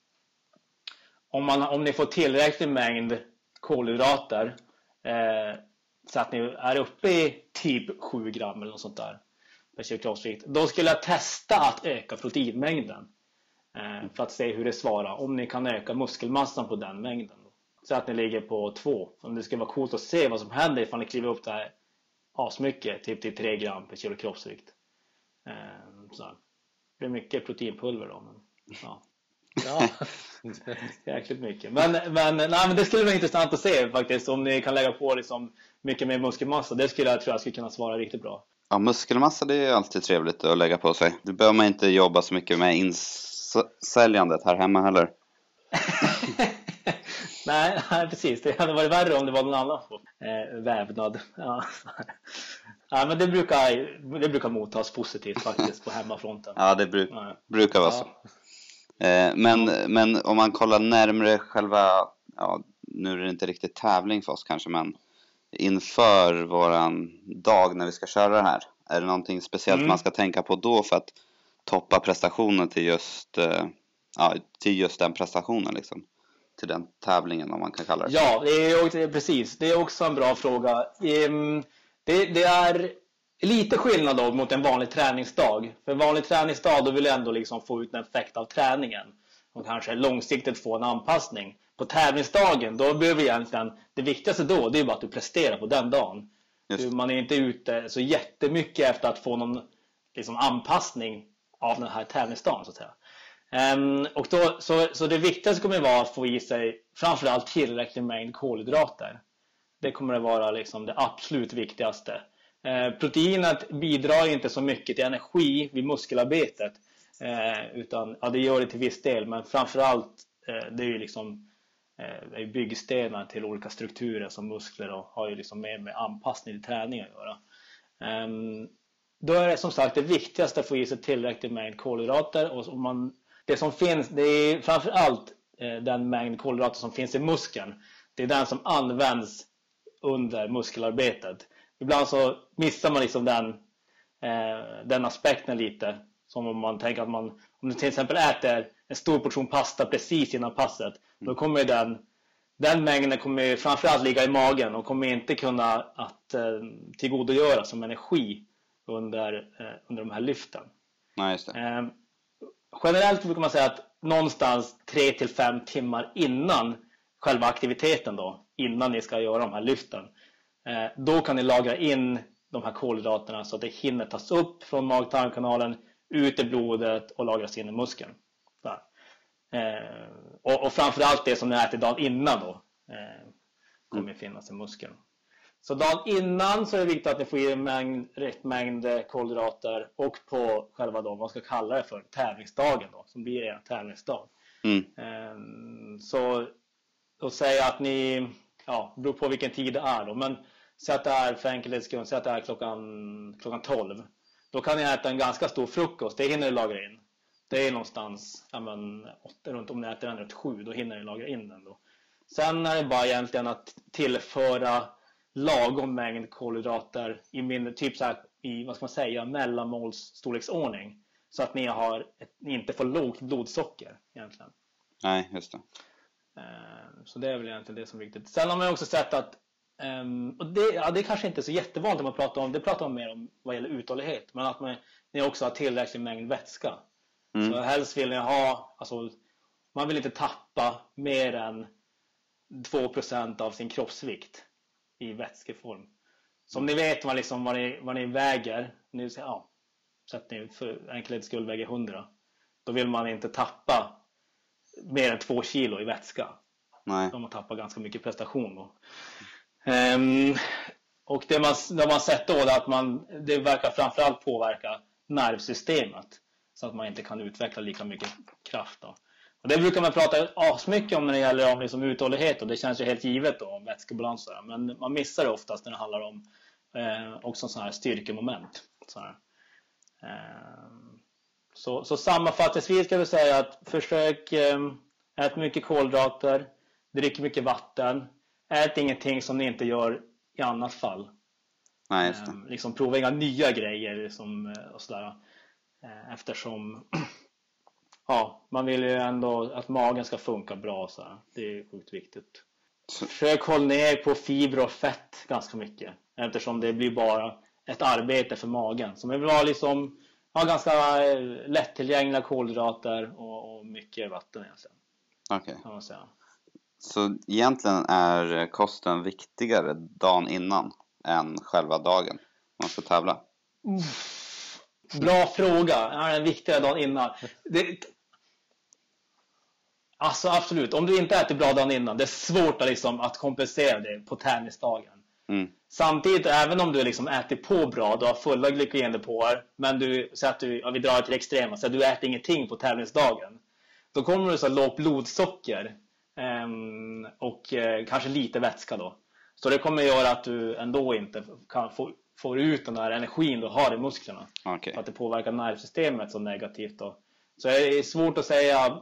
om ni får tillräcklig mängd kolhydrater, så att ni är uppe i typ 7 gram eller något sånt där per kilo kroppsvikt, då skulle jag testa att öka proteinmängden, för att se hur det svarar. Om ni kan öka muskelmassan på den mängden då. Så att ni ligger på 2. Om det ska vara coolt att se vad som händer ifall ni kliver upp det här asmycket, typ till 3 gram per kilo kroppsvikt. Så det blir mycket proteinpulver då, men ja. Jäkligt mycket. Men det skulle vara intressant att se faktiskt, om ni kan lägga på liksom mycket mer muskelmassa. Det tror jag skulle kunna svara riktigt bra. Ja, muskelmassa, det är alltid trevligt att lägga på sig. Det behöver man inte jobba så mycket med insäljandet här hemma heller. Nej, precis. Det hade varit värre om det var någon annan vävnad. Ja. Ja, men det brukar mottas positivt faktiskt på hemmafronten. Ja, det brukar vara så. Men om man kollar närmare själva, nu är det inte riktigt tävling för oss kanske, men inför våran dag när vi ska köra det här, är det någonting speciellt man ska tänka på då för att toppa prestationen till just den prestationen liksom, till den tävlingen, om man kan kalla det? Ja, precis. Det är också en bra fråga. Det är lite skillnad då mot en vanlig träningsdag. För en vanlig träningsdag, då vill jag ändå liksom få ut en effekt av träningen och kanske långsiktigt få en anpassning. På tävlingsdagen, då behöver egentligen, det viktigaste då, det är bara att du presterar på den dagen. Man är inte ute så jättemycket efter att få någon liksom anpassning av den här tävlingsdagen, så att säga. Och då, så det viktigaste kommer vara att få i sig framförallt tillräcklig mängd kolhydrater. Det kommer att vara liksom det absolut viktigaste. Proteinet bidrar inte så mycket till energi vid muskelarbetet, utan det gör det till viss del, men framförallt det är ju liksom det är byggstenar till olika strukturer som muskler, och har ju liksom med anpassning till träning att göra. Då är det som sagt det viktigaste att få i sig tillräcklig mängd kolhydrater, och det som finns, det är framförallt den mängd kolhydrater som finns i muskeln. Det är den som används under muskelarbetet. Ibland så missar man liksom den aspekten lite. Som om man tänker att om du till exempel äter en stor portion pasta precis innan passet, då kommer den mängden kommer framförallt ligga i magen och kommer inte kunna att tillgodogöra som energi under de här lyften. Nej, just det. Generellt brukar man säga att någonstans 3-5 timmar innan själva aktiviteten då, innan ni ska göra de här lyften, då kan ni lagra in de här kolhydraterna så att det hinner tas upp från mag-tarmkanalen, ut i blodet och lagras in i muskeln. Och framförallt det som ni äter dagen innan då kommer finnas i muskeln. Så dagen innan så är det viktigt att ni får i rätt mängd kolhydrater, och på själva då, vad ska kalla det för, tävlingsdagen då, som blir er tävlingsdag. Så att säga att ni, beror på vilken tid det är då, men så att det är, för enkelhetsgrund, så att det är klockan 12. Då kan ni äta en ganska stor frukost, det hinner ni lagra in. Det är någonstans 8, runt, om ni äter den runt 7, då hinner ni lagra in den då. Sen är det bara egentligen att tillföra lagom mängd kolhydrater i mindre, typ så här, i, vad ska man säga, mellanmålsstorleksordning, så att ni inte får lågt blodsocker egentligen. Nej, just det. Så det är väl egentligen det som är viktigt. Sen har man också sett att och det är kanske inte så jättevanligt att man pratar om, det pratar man mer om vad gäller uthållighet, men att ni också har tillräcklig mängd vätska. Så helst vill ni ha, alltså, man vill inte tappa mer än 2% av sin kroppsvikt i vätskeform. Som ni vet liksom vad ni väger. Nu sätt ni för enkelhets skull väger 100. Då vill man inte tappa mer än 2 kilo i vätska. Nej. Då man tappar ganska mycket prestation då. Och det man sett då är att det verkar framförallt påverka nervsystemet. Så att man inte kan utveckla lika mycket kraft då. Och det brukar man prata asmycket om när det gäller liksom uthållighet. Och det känns ju helt givet då om vätskebalans. Men man missar det oftast när det handlar om också sådana här styrkemoment. Så sammanfattningsvis ska vi säga att försök ät mycket kolhydrater, drick mycket vatten, ät ingenting som ni inte gör i annat fall. Nej, just det. Liksom prova inga nya grejer och sådär. Eftersom man vill ju ändå att magen ska funka bra så här. Det är sjukt viktigt. Försök hålla ner på fibrer och fett ganska mycket. Eftersom det blir bara ett arbete för magen. Så man vill ha ganska lättillgängliga kolhydrater och mycket vatten egentligen. Okej. Kan man säga. Så egentligen är kosten viktigare dagen innan än själva dagen man ska tävla? Bra fråga. Är den viktigare dagen innan? Alltså absolut. Om du inte äter bra dagen innan, det är svårt att kompensera det på tävlingsdagen. Samtidigt, även om du äter på bra, du har fulla glykogendepåer, men vi drar till extrema, så du äter ingenting på tävlingsdagen. Då kommer du så lågt blodsocker och kanske lite vätska då. Så det kommer göra att du ändå inte kan få ut den här energin du har i musklerna. Okay. För att det påverkar nervsystemet så negativt då. Så det är svårt att säga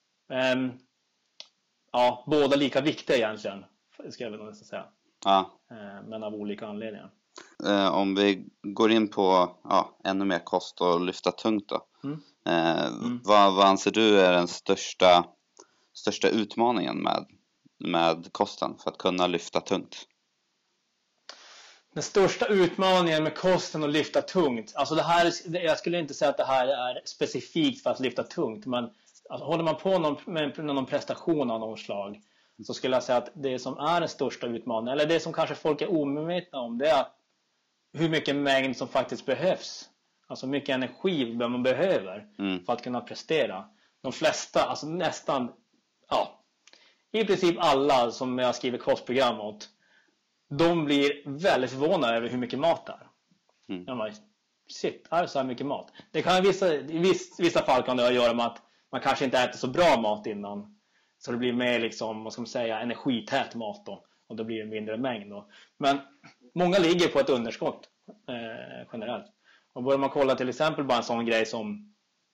båda lika viktiga egentligen, ska jag väl nästan säga. Ja. Men av olika anledningar. Om vi går in på ännu mer kost och lyfta tungt då. Vad anser du är den största utmaningen med kosten för att kunna lyfta tungt? Den största utmaningen med kosten och lyfta tungt. Alltså jag skulle inte säga att det här är specifikt för att lyfta tungt. Men håller man på med någon prestation av någon slag, så skulle jag säga att det som är den största utmaningen, eller det som kanske folk är omedvetna om, det är hur mycket mängd som faktiskt behövs. Alltså hur mycket energi man behöver för att kunna prestera. De flesta, alltså nästan, i princip alla som jag skriver kostprogram åt, de blir väldigt förvånade över hur mycket mat det är. De bara, shit, är det så här mycket mat? Det kan i vissa fall kan det ha att göra med att man kanske inte äter så bra mat innan. Så det blir mer energität mat då. Och då blir det mindre mängd då. Men många ligger på ett underskott generellt. Och börjar man kolla till exempel bara en sån grej som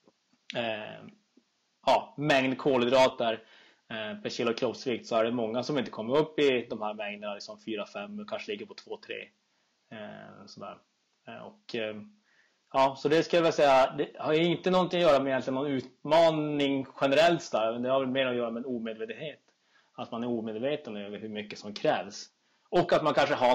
mängd kolhydrater per kilo kroppsvikt, så är det många som inte kommer upp i de här mängderna, 4-5, kanske ligger på 2-3 sådär. Så det ska jag väl säga, det har inte någonting att göra med egentligen någon utmaning generellt där, men det har väl mer att göra med en omedvetenhet. Att man är omedveten över hur mycket som krävs. Och att man kanske har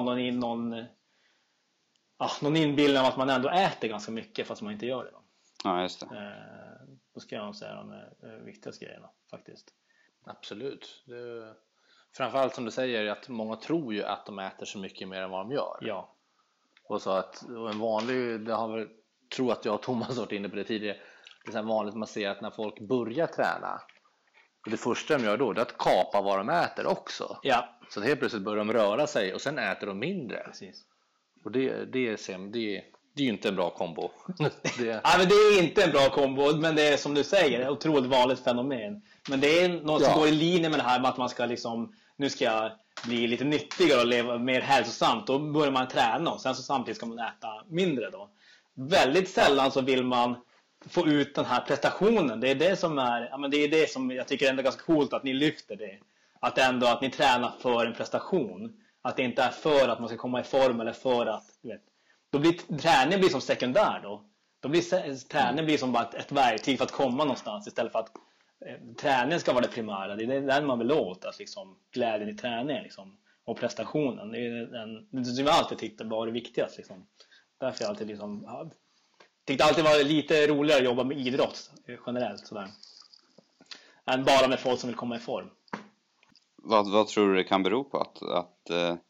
någon inbildning om att man ändå äter ganska mycket fast man inte gör det då. Ja, just det. Då ska jag säga de viktigaste grejerna faktiskt. Absolut. Framförallt som du säger, att många tror ju att de äter så mycket mer än vad de gör. Ja. Och så att en vanlig, det har väl, tror att jag och Thomas varit inne på det tidigare, det är så vanligt man ser att när folk börjar träna, och det första de gör då är att kapa vad de äter också. Ja. Så helt plötsligt börjar de röra sig och sen äter de mindre. Precis. Och det är ju inte en bra kombo. Men det är inte en bra kombo, men det är som du säger, ett otroligt vanligt fenomen. Men det är något som går i linje med det här med att man ska nu ska jag bli lite nyttigare och leva mer hälsosamt. Då börjar man träna och sen så samtidigt ska man äta mindre då. Väldigt sällan så vill man få ut den här prestationen. Det är det som jag tycker ändå är ganska coolt att ni lyfter det. Att ni tränar för en prestation. Att det inte är för att man ska komma i form eller för att, då blir träningen blir som sekundär då. Då blir träningen blir som bara ett verktyg för att komma någonstans istället för att träningen ska vara det primära. Det är den man vill åt, att glädjen i träningen och prestationen. Det är den som jag alltid tyckte var det viktigaste Därför jag alltid tyckte alltid var lite roligare att jobba med idrott generellt sådär. Än bara med folk som vill komma i form. Vad tror du det kan bero på att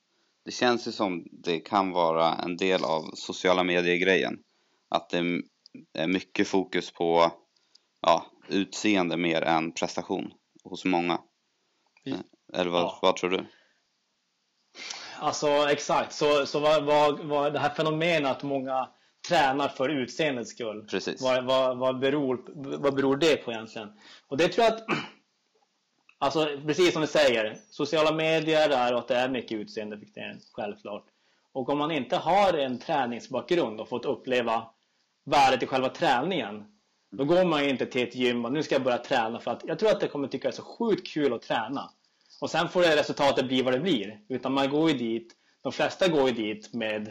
det känns ju som det kan vara en del av sociala medier-grejen. Att det är mycket fokus på utseende mer än prestation hos många. Eller vad tror du? Alltså exakt, så vad det här fenomenet att många tränar för utseendets skull. Precis. Vad beror det på egentligen? Och det tror jag att, alltså precis som du säger, sociala medier är och att det är mycket utseendefixering, självklart. Och om man inte har en träningsbakgrund och fått uppleva värdet i själva träningen, då går man ju inte till ett gym och nu ska jag börja träna, för att jag tror att det kommer tycka det är så sjukt kul att träna. Och sen får det resultatet bli vad det blir. Utan man går ju dit, de flesta går ju dit med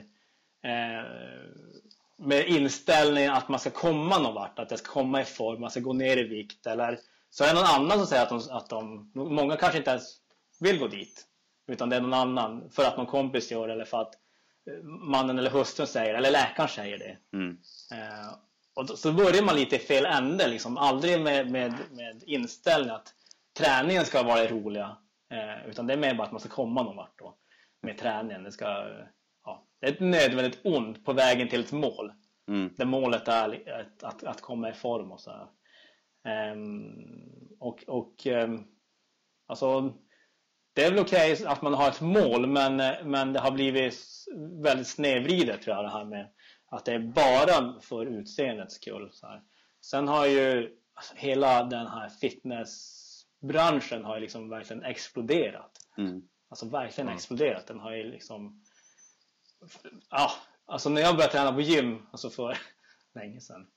inställningen att man ska komma någon vart, att det ska komma i form, man ska gå ner i vikt, eller så är det någon annan som säger att många kanske inte ens vill gå dit, utan det är någon annan, för att någon kompis gör, eller för att mannen eller hustrun säger, eller läkaren säger det. Och så börjar man lite i fel ände liksom, aldrig med inställning att träningen ska vara det roliga, utan det är mer bara att man ska komma någon vart då med träningen. Det är ett nödvändigt ont på vägen till ett mål. Där målet är att komma i form och så här. Alltså det är väl okej att man har ett mål, men det har blivit väldigt snedvridet, tror jag, det här med att det är bara för utseendets skull så här. Sen har ju hela den här fitnessbranschen har ju liksom verkligen exploderat. Alltså verkligen exploderat. Den har ju liksom, alltså när jag började träna på gym, alltså för länge sedan,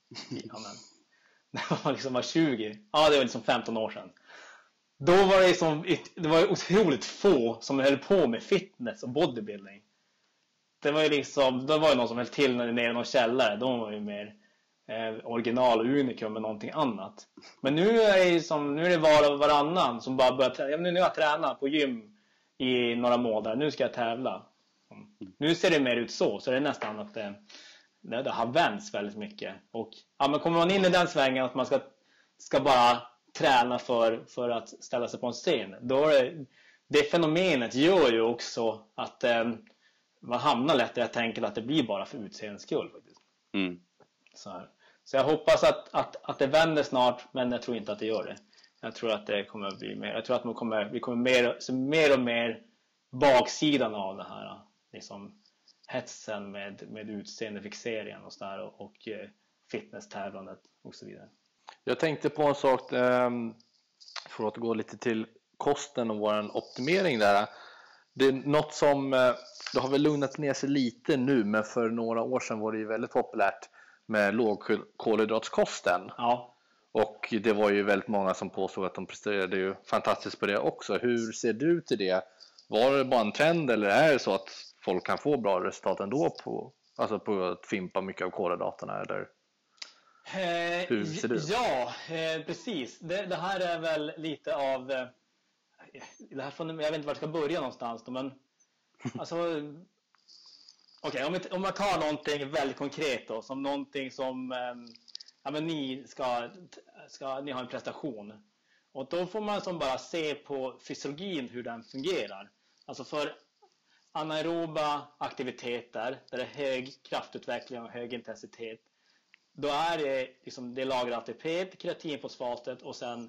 när man liksom var 20, det var liksom 15 år sedan. Då var det liksom, det var otroligt få som höll på med fitness och bodybuilding. Det var ju liksom, då var det någon som höll till nere i någon källare. De var ju mer original och unikum med någonting annat. Men nu är det var och varannan som bara börjar träna. Nu har jag tränat på gym i några månader, nu ska jag tävla. Nu ser det mer ut så det är nästan att det har vänts väldigt mycket. Och men kommer man in i den svängen att man ska bara träna för att ställa sig på en scen, då är det fenomenet gör ju också att man hamnar lätt i att tänka att det blir bara för utseendets skull faktiskt. Så jag hoppas att det vänder snart, men jag tror inte att det gör det. Jag tror att det kommer att bli mer. Jag tror att vi kommer se mer och mer baksidan av det här liksom hetsen med utseendefixeringen och sådär, och fitnesstävlandet och så vidare. Jag tänkte på en sak, för att gå lite till kosten och vår optimering där. Det är något som det har väl lugnat ner sig lite nu, men för några år sedan var det ju väldigt populärt med lågkolhydratskosten. Ja. Och det var ju väldigt många som påstod att de presterade ju fantastiskt på det också. Hur ser du till det? Var det bara en trend, eller är det så att folk kan få bra resultat ändå på att fimpa mycket av kolhydraterna, eller hur ser du? Ja, precis. Det här är väl lite av det här jag vet inte var jag ska börja någonstans då, men alltså okej, om jag tar någonting väldigt konkret då, som någonting som men ni ni har en prestation, och då får man som bara se på fysiologin hur den fungerar. Alltså för anaeroba aktiviteter där det är hög kraftutveckling och hög intensitet, då är det liksom, det lagrar ATP, kreatinfosfatet och sen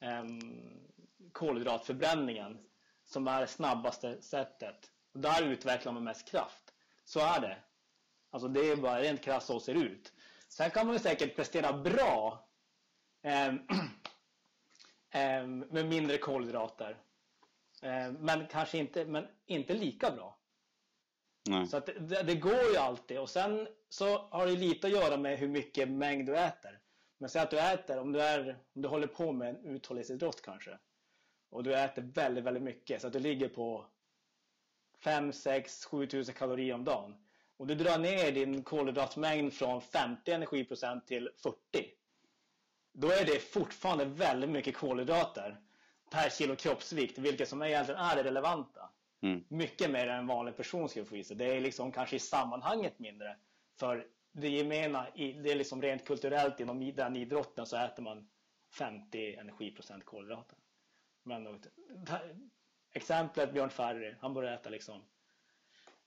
kolhydratförbränningen som är det snabbaste sättet. Och där utvecklar man mest kraft. Så är det. Alltså det är bara rent krasst så ser ut. Sen kan man ju säkert prestera bra med mindre kolhydrater. Men kanske inte lika bra. Nej. Så att det går ju alltid. Och sen så har det lite att göra med hur mycket mängd du äter. Men säg att du äter, om du håller på med en uthållighetsidrott kanske, och du äter väldigt, väldigt mycket, så att du ligger på 5, 6, 7000 kalorier om dagen, och du drar ner din kolhydratmängd från 50 energiprocent till 40, då är det fortfarande väldigt mycket kolhydrater per kilo kroppsvikt, vilket som egentligen är det relevanta. Mycket mer än en vanlig person skulle få i sig. Det är liksom kanske i sammanhanget mindre, för det är liksom rent kulturellt inom den idrotten så äter man 50 energiprocent kolhydrater. Men exemplet Björn Ferry, han började äta liksom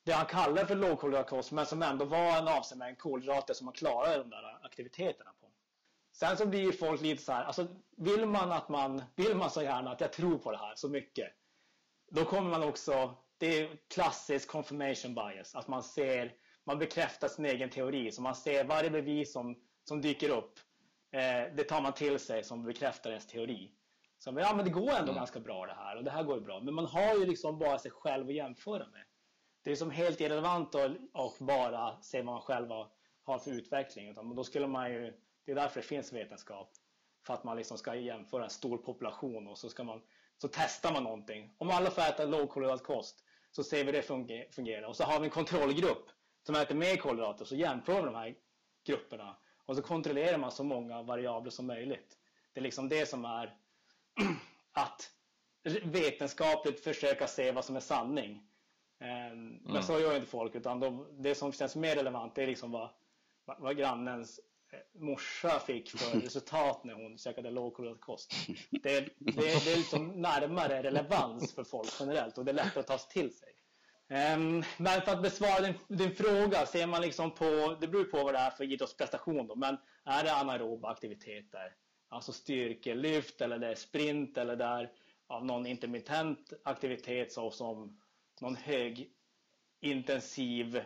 det han kallar för lågkolhydratkost, men som ändå var en avsedd mängd kolhydrater som man klarar de där aktiviteterna på. Sen så blir ju folk lite så här, alltså vill man så gärna att jag tror på det här så mycket, då kommer man också, det är klassisk confirmation bias, att man bekräftar sin egen teori, så man ser varje bevis som dyker upp, det tar man till sig som bekräftar ens teori. Så ja, men det går ändå ganska bra det här, och det här går ju bra, men man har ju liksom bara sig själv att jämföra med. Det är som helt irrelevant och bara se vad man själv har för utveckling, utan då skulle man ju, det är därför det finns vetenskap, för att man liksom ska jämföra en stor population, och så testar man någonting. Om alla får äta lågkolhydratkost, så ser vi det fungera, och så har vi en kontrollgrupp som äter mer kolhydrater, så jämför vi de här grupperna, och så kontrollerar man så många variabler som möjligt. Det är liksom det som är att vetenskapligt försöka se vad som är sanning. Men så gör inte folk, utan det som känns mer relevant, det är liksom vad grannens morsa fick för resultat när hon käkade lågkolhydratkost. Det är liksom närmare relevans för folk generellt, och det är lättare att ta till sig. Men för att besvara din fråga, ser man liksom på, det beror på vad det är för idrottsprestation då, men är det anaeroba aktiviteter, alltså styrkelyft, eller det är sprint, eller där av någon intermittent aktivitet, så som någon högintensiv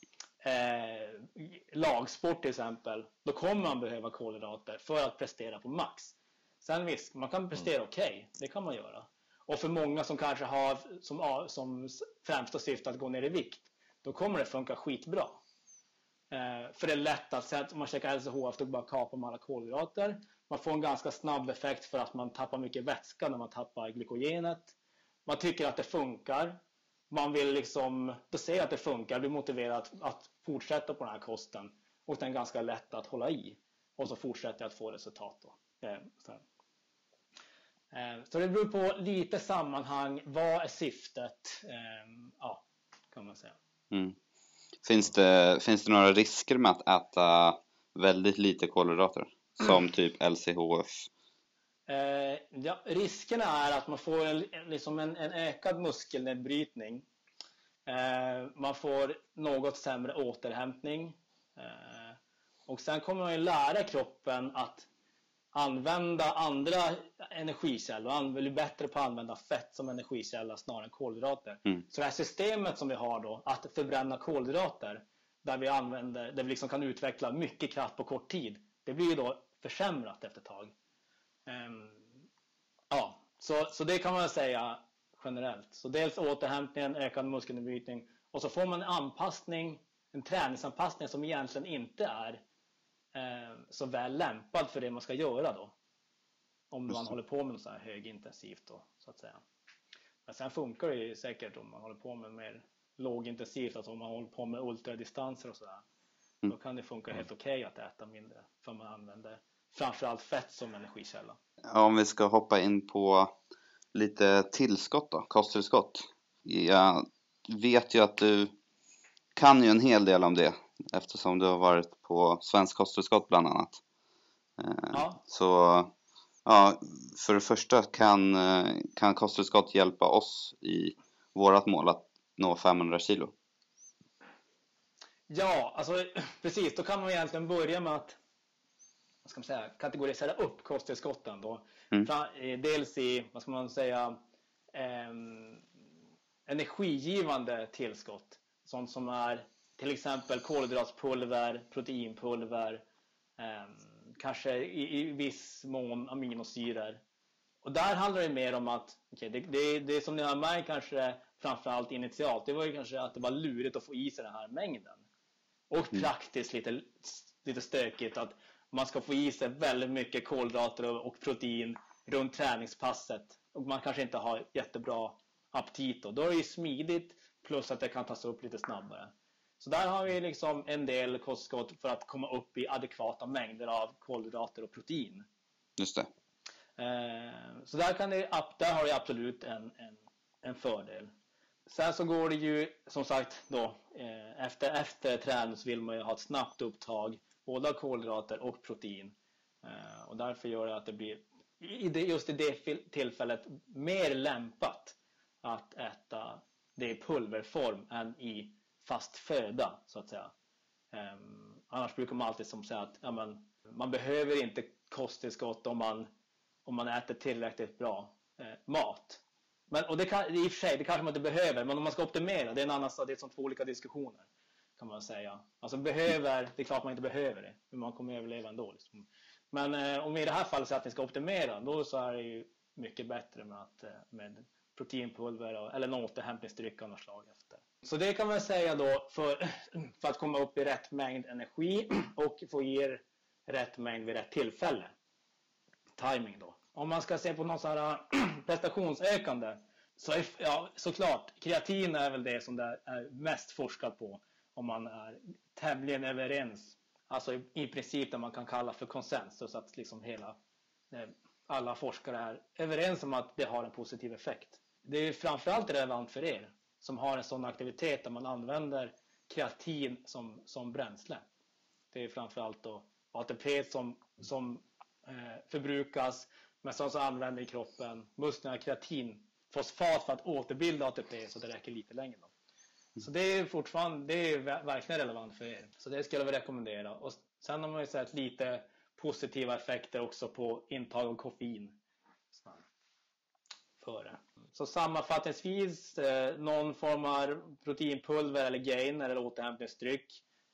lagsport till exempel, då kommer man behöva kolhydrater för att prestera på max. Sen visst, man kan prestera okej, det kan man göra. Och för många som kanske har som främsta syfte att gå ner i vikt, då kommer det funka skitbra. För det är lätt att säga att om man käkar LCHF, då bara kapar man alla kolhydrater. Man får en ganska snabb effekt för att man tappar mycket vätska när man tappar glykogenet. Man tycker att det funkar. Man vill liksom, då ser att det funkar, blir motiverad att fortsätta på den här kosten. Och den är ganska lätt att hålla i. Och så fortsätter jag att få resultat då. Så det beror på lite sammanhang. Vad är syftet? Ja, kan man säga. Finns det några risker med att äta väldigt lite kolhydrater? Som typ LCHF? Ja, riskerna är att man får en ökad muskelnedbrytning. Man får något sämre återhämtning. Och sen kommer man ju lära kroppen att använda andra energikällor. Och bli bättre på att använda fett som energikälla snarare än kolhydrater. Så det här systemet som vi har då, att förbränna kolhydrater, där vi liksom kan utveckla mycket kraft på kort tid, det blir ju då försämrat efter ett tag. Ja, så det kan man säga generellt. Så dels återhämtningen, ökad muskelnedbrytning, och så får man en träningsanpassning som egentligen inte är så väl lämpad för det man ska göra då. Om man håller på med något så här högintensivt då, så att säga. Men sen funkar det ju säkert om man håller på med mer lågintensivt, alltså om man håller på med ultradistanser och sådär. Då kan det funka helt okej att äta mindre, för man använder framförallt fett som energikälla. Om vi ska hoppa in på lite tillskott då, kosttillskott. Jag vet ju att du kan ju en hel del om det, eftersom du har varit på Svensk kosttillskott bland annat. Ja. Så ja, för det första kan kosttillskott hjälpa oss i vårat mål att nå 500 kilo. Ja, alltså precis, då kan man egentligen börja med att, vad ska man säga, kategorisera upp kosttillskotten då. Dels i, vad ska man säga, energigivande tillskott, sånt som är till exempel kolhydratspulver, proteinpulver, kanske i viss mån aminosyror. Och där handlar det mer om att det som ni har märkt kanske framförallt initialt, det var ju kanske att det var lurigt att få i sig den här mängden. Och praktiskt lite stökigt att man ska få i sig väldigt mycket kolhydrater och protein runt träningspasset. Och man kanske inte har jättebra aptit då. Då är det ju smidigt, plus att det kan tas upp lite snabbare. Så där har vi liksom en del kosttillskott för att komma upp i adekvata mängder av kolhydrater och protein. Just det. Så där har det absolut en fördel. Sen så går det ju som sagt då efter träning så vill man ju ha ett snabbt upptag både av kolhydrater och protein. Och därför gör det att det blir just i det tillfället mer lämpat att äta det i pulverform än i fast föda så att säga. Annars brukar man alltid säga att man behöver inte kosttillskott om man äter tillräckligt bra mat. Och det kan, i och för sig, det kanske man inte behöver, men om man ska optimera, det är en annan sak, det är som två olika diskussioner kan man säga. Alltså det är klart man inte behöver det, men man kommer överleva ändå. Liksom. Men om i det här fallet så att ni ska optimera, då så är det ju mycket bättre med proteinpulver eller någon återhämtningsdryck av något slag efter. Så det kan man säga då för att komma upp i rätt mängd energi och få i rätt mängd vid rätt tillfälle. Timing då. Om man ska se på någon sån här prestationsökande så är, såklart, kreatin är väl det som det är mest forskat på om man är tämligen överens. Alltså i princip det man kan kalla för konsensus, att liksom alla forskare är överens om att det har en positiv effekt. Det är framförallt relevant för er som har en sån aktivitet där man använder kreatin som bränsle. Det är framförallt då ATP som förbrukas, men som använder i kroppen musklerna kreatin, fosfat för att återbilda ATP så det räcker lite längre då. Så det är verkligen relevant för er. Så det skulle jag rekommendera. Och sen har man ju sett lite positiva effekter också på intag av koffein före. Så sammanfattningsvis någon form av proteinpulver eller gainer eller återhämtningsdryck,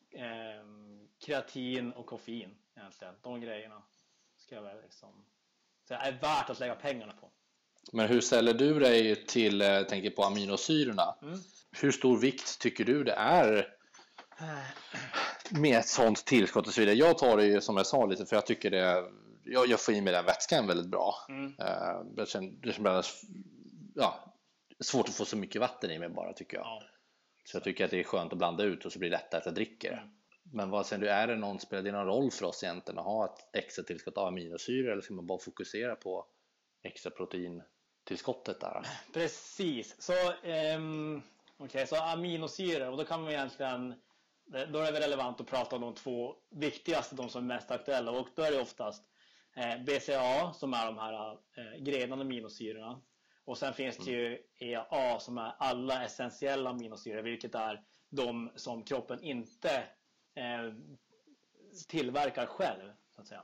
kreatin och koffein egentligen. De grejerna ska jag väl liksom så är värt att lägga pengarna på. Men hur ställer du dig till, tänker på aminosyrorna? Hur stor vikt tycker du det är med ett sånt tillskott och så vidare? Jag tar det ju som jag sa lite, för jag tycker jag får i mig den vätskan väldigt bra. Det känns svårt att få så mycket vatten i mig bara, tycker jag. Ja. Så jag tycker att det är skönt att blanda ut och så blir det lättare att jag dricker det. Men vad sen är det spelar det någon roll för oss egentligen att ha ett extra tillskott av aminosyror, eller ska man bara fokusera på extra proteintillskottet där? Precis. Så så aminosyror, och då kan man egentligen, då är det relevant att prata om de två viktigaste, de som är mest aktuella, och då är det oftast BCA som är de här grenade aminosyrorna, och sen finns det ju EAA som är alla essentiella aminosyror, vilket är de som kroppen inte tillverkar själv så att säga.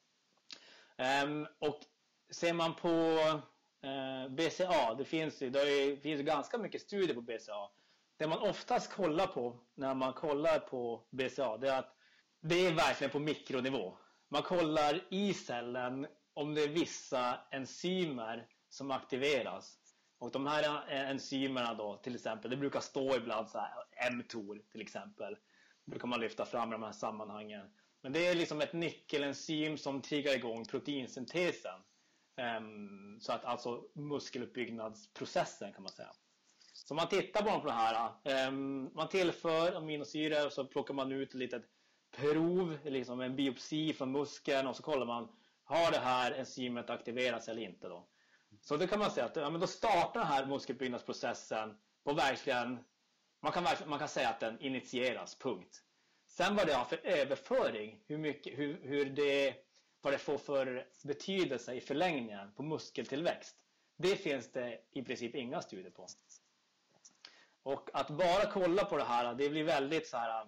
Och ser man på BCA, det finns ju ganska mycket studier på BCA. Det man oftast kollar på när man kollar på BCA, det är att det är verkligen på mikronivå. Man kollar i cellen om det är vissa enzymer som aktiveras. Och de här enzymerna då, till exempel, det brukar stå ibland så här, mTOR till exempel. Det brukar man lyfta fram i de här sammanhangen. Men det är liksom ett nyckelenzym som triggar igång proteinsyntesen. Så att alltså muskeluppbyggnadsprocessen kan man säga. Så man tittar på det här. Man tillför aminosyror och så plockar man ut ett litet prov, liksom en biopsi från muskeln, och så kollar man, har det här enzymet aktiverats eller inte då. Så det kan man säga att men då startar den här muskeluppbyggnadsprocessen på verkligen, man kan säga att den initieras, punkt. Sen vad det har för överföring, vad det får för betydelse i förlängningen på muskeltillväxt, det finns det i princip inga studier på. Och att bara kolla på det här, det blir väldigt så här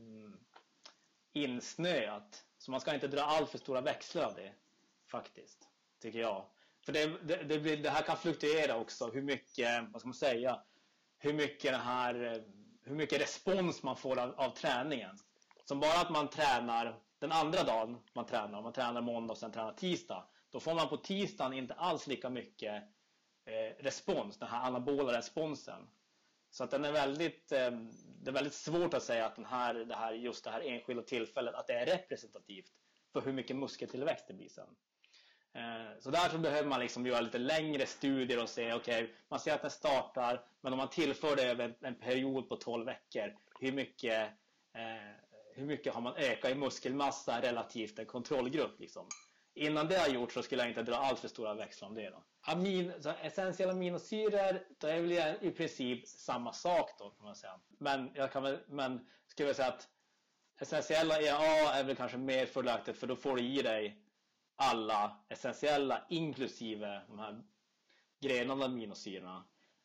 insnöat. Så man ska inte dra allt för stora växlar av det, faktiskt, tycker jag. För det här kan fluktuera också, hur mycket, vad ska man säga, hur mycket respons man får av träningen. Som bara att man tränar den andra dagen man tränar måndag och sen tränar tisdag, då får man på tisdagen inte alls lika mycket respons, den här anabola responsen. Så att det är väldigt svårt att säga att just det här enskilda tillfället, att det är representativt för hur mycket muskeltillväxt det blir sen. Så därför behöver man liksom göra lite längre studier och se, okej, man ser att den startar, men om man tillför det över en period på 12 veckor, hur mycket har man ökat i muskelmassa relativt en kontrollgrupp liksom. Innan det har gjort så skulle jag inte dra allt för stora växlar om det då. Essentiella aminosyror, det är väl i princip samma sak då, kan man säga. Men skulle jag säga att essentiella EAA är väl kanske mer fördelaktigt, för då får du i dig alla essentiella inklusive de här grenade aminosyrorna.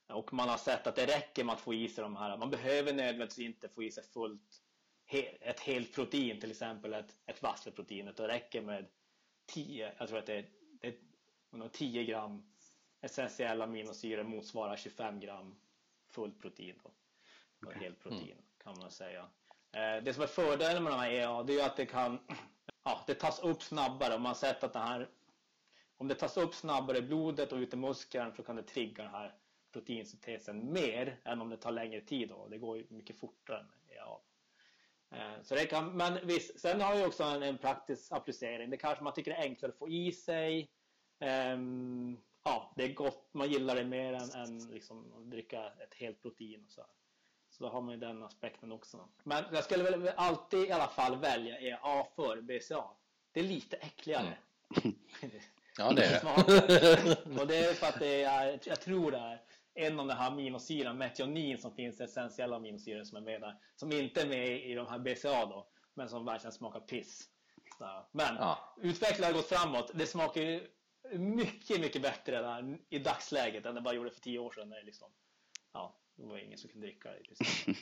Och man har sett att det räcker med att få i sig de här. Man behöver nödvändigtvis inte få i sig ett helt protein, till exempel ett vassleprotein. Det räcker med 10, jag tror att det är 10 gram essentiella aminosyror motsvarar 25 gram fullt protein då. Okay. Helt protein kan man säga. Det som är fördelen med de här EA, det är att det tas upp snabbare. Om man sett att om det tas upp snabbare i blodet och ut i muskeln, så kan det trigga den här proteinsyntesen mer än om det tar längre tid då. Det går ju mycket fortare med EA. Så det kan, men visst, sen har ju också en praktisk applicering. Det kanske man tycker är enklare att få i sig. Det är gott, man gillar det mer än liksom att dricka ett helt protein och så här. Så då har man ju den aspekten också. Men jag skulle väl alltid i alla fall välja EA för BCA. Det är lite äckligare. Ja, det är det. Och det är för att jag tror det är en av de här aminosyran, metionin, som finns, essentiella aminosyror som är med där, som inte är med i de här BCA då, men som verkligen smakar piss. Så, men utvecklingen har gått framåt. Det smakar ju mycket, mycket bättre där i dagsläget än det bara gjorde för 10 år sedan. När det liksom, det var ingen som kunde dricka det i princip.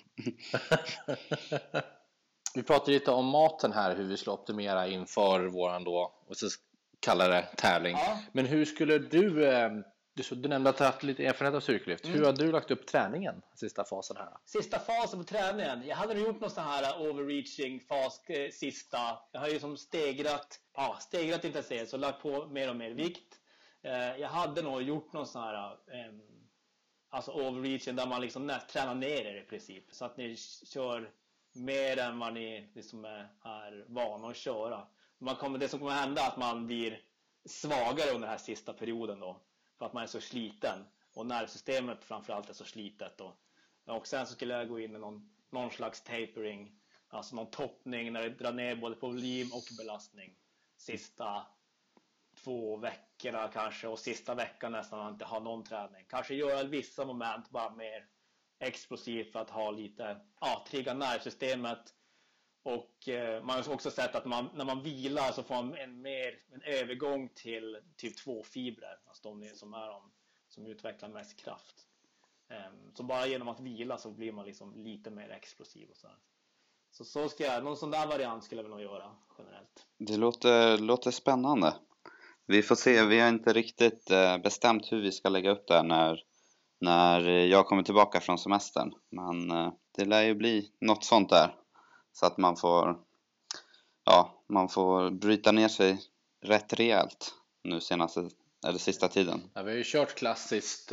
Vi pratade lite om maten här, hur vi skulle optimera inför våran då, och så kallar det tävling. Ja. Men hur skulle du nämnde att du har haft lite erfarenhet av styrkelyft. Hur har du lagt upp träningen sista fasen här? Sista fasen på träningen. Jag hade gjort någon sån här overreaching fas sista. Jag har ju som stegrat intensitet, så lagt på mer och mer vikt. Jag hade nog gjort någon sån här alltså overreaching där man liksom tränar ner er i princip. Så att ni kör mer än vad ni liksom är vana att köra. Det som kommer hända är att man blir svagare under den här sista perioden då. För att man är så sliten. Och nervsystemet framförallt är så slitet då. Och sen så skulle jag gå in med någon slags tapering. Alltså någon toppning när det drar ner både på volym och belastning. Sista 2 veckorna kanske. Och sista veckan nästan inte ha någon träning. Kanske göra vissa moment bara mer explosivt för att ha lite, trigga nervsystemet. Och man har också sett att när man vilar så får man en övergång till typ 2-fibrer. Alltså de som utvecklar mest kraft. Så bara genom att vila så blir man liksom lite mer explosiv och så här. Så ska jag, någon sån där variant skulle jag väl nog göra generellt. Det låter spännande. Vi får se, vi har inte riktigt bestämt hur vi ska lägga upp det här när jag kommer tillbaka från semestern. Men det lär ju bli något sånt där. Så att man får bryta ner sig rätt rejält nu sista tiden. Ja, vi har ju kört klassiskt,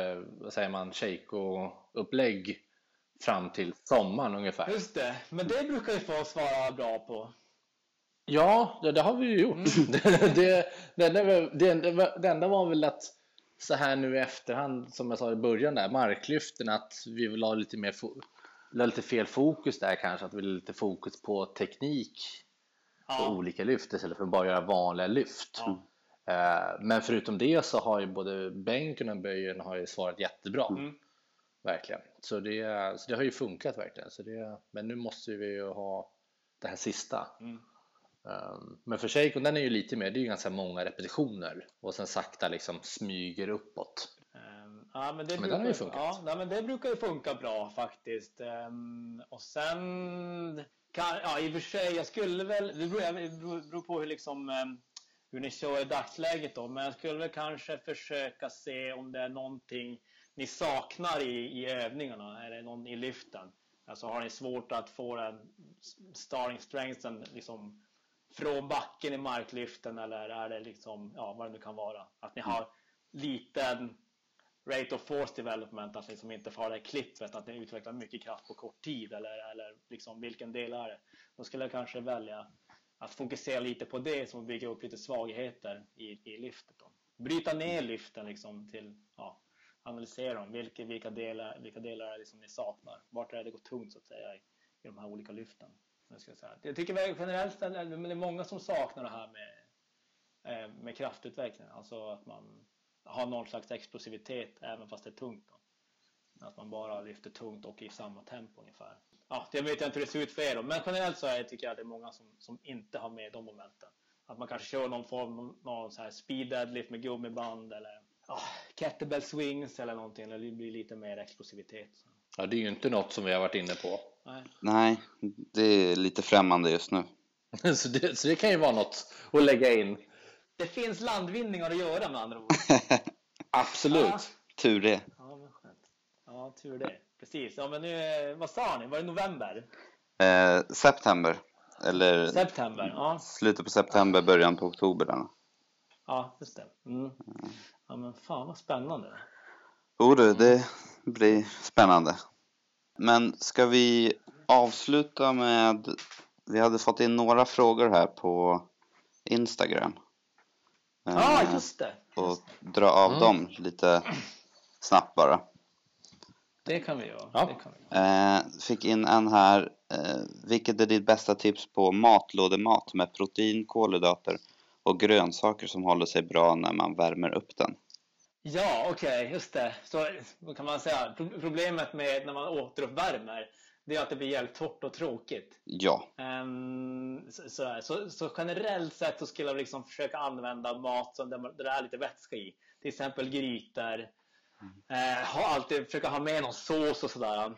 Sheiko-upplägg fram till sommaren ungefär. Just det, men det brukar ju få svara bra på. Ja, det har vi ju gjort. Det enda var väl att så här nu i efterhand, som jag sa i början där, marklyften, att vi vill ha lite fel fokus där kanske, att vi vill lite fokus på teknik på olika lyft istället för att bara göra vanliga lyft. Men förutom det så har ju både bänken och böjen har ju svarat jättebra. Verkligen. Så det har ju funkat verkligen. Men nu måste vi ju ha det här sista. Men för Sheiko, den är ju lite mer, det är ju ganska många repetitioner och sen sakta liksom smyger uppåt. Men den har ju funkat. Men det brukar ju funka bra faktiskt. Och sen i och för sig, jag skulle väl, det beror på hur ni kör i dagsläget då, men jag skulle väl kanske försöka se om det är någonting ni saknar i övningarna eller någon i lyften. Alltså har ni svårt att få den starting strengthen liksom från backen i marklyften, eller är det liksom, vad det nu kan vara, att ni har liten rate of force development, att ni liksom inte får det klippet, att ni utvecklar mycket kraft på kort tid, eller liksom vilken del är det. Då skulle jag kanske välja att fokusera lite på det, som bygger upp lite svagheter i lyftet då. Bryta ner lyften liksom till, analysera dem, vilka delar är det liksom ni saknar, vart är det går tungt så att säga i de här olika lyften. Jag tycker väl generellt att det är många som saknar det här med kraftutveckling, alltså att man har någon slags explosivitet även fast det är tungt då. Att man bara lyfter tungt och i samma tempo ungefär. Det vet jag inte hur det ser ut för er då. Men generellt så tycker jag att det är många som inte har med de momenten. Att man kanske kör någon så här speed deadlift med gummiband, eller kettlebell swings eller någonting. Eller det blir lite mer explosivitet. Ja, det är ju inte något som vi har varit inne på. Nej, det är lite främmande just nu. så det kan ju vara något att lägga in. Det finns landvinningar att göra med andra ord. Absolut. Ja. Tur det. Ja, men skönt. Ja, tur det. Precis. Ja, men nu, vad sa ni? Var det november? September. Eller September, ja. slutet på september, början på oktober. Där. Ja, just det. Ja, men fan vad spännande. Det blir spännande. Men ska vi avsluta med... Vi hade fått in några frågor här på Instagram. Ja, just det. Och dra av dem lite snabbt bara. Det kan vi göra. Ja. Det kan vi. Fick in en här. Vilket är ditt bästa tips på matlådemat med protein, kolhydrater och grönsaker som håller sig bra när man värmer upp den? Ja, okej, just det. Så vad kan man säga? Problemet med när man återuppvärmer, det är att det blir jävligt torrt och tråkigt. Ja. Så generellt sett så skulle jag liksom försöka använda mat som där det är lite vätska i. Till exempel grytor. Försöka ha med någon sås och sådär.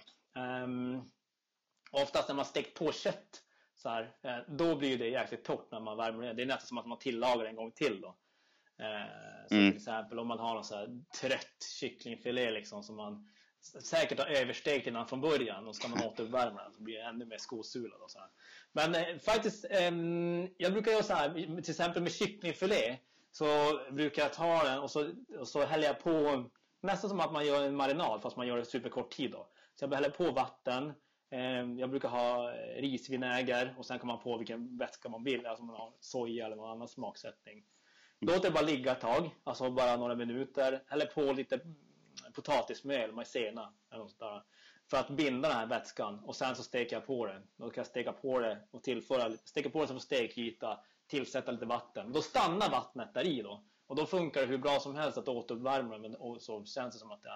Oftast när man stekt på kött så här, då blir det jäkligt torrt när man värmer det. Det är nästan som att man tillagar en gång till då. Till exempel om man har någon så här trött kycklingfilé liksom, som man säkert har överstekt innan från början, och ska man återuppvärma den så blir det ännu mer skosulad och så här. Men faktiskt jag brukar göra så här, till exempel med kycklingfilé, så brukar jag ta den och så häller jag på nästan som att man gör en marinad, fast man gör det superkort tid då. Så jag häller på vatten. Jag brukar ha risvinäger och sen kan man på vilken vätska man vill, alltså man har soja eller någon annan smaksättning. Låt det bara ligga ett tag, alltså bara några minuter. Häller på lite potatismjöl, majsena eller något där, för att binda den här vätskan, och sen så steker jag på det. Då kan jag steka på det och steka på det som på stekyta, tillsätta lite vatten. Då stannar vattnet där i då, och då funkar det hur bra som helst att återuppvärma, men så känns det som att det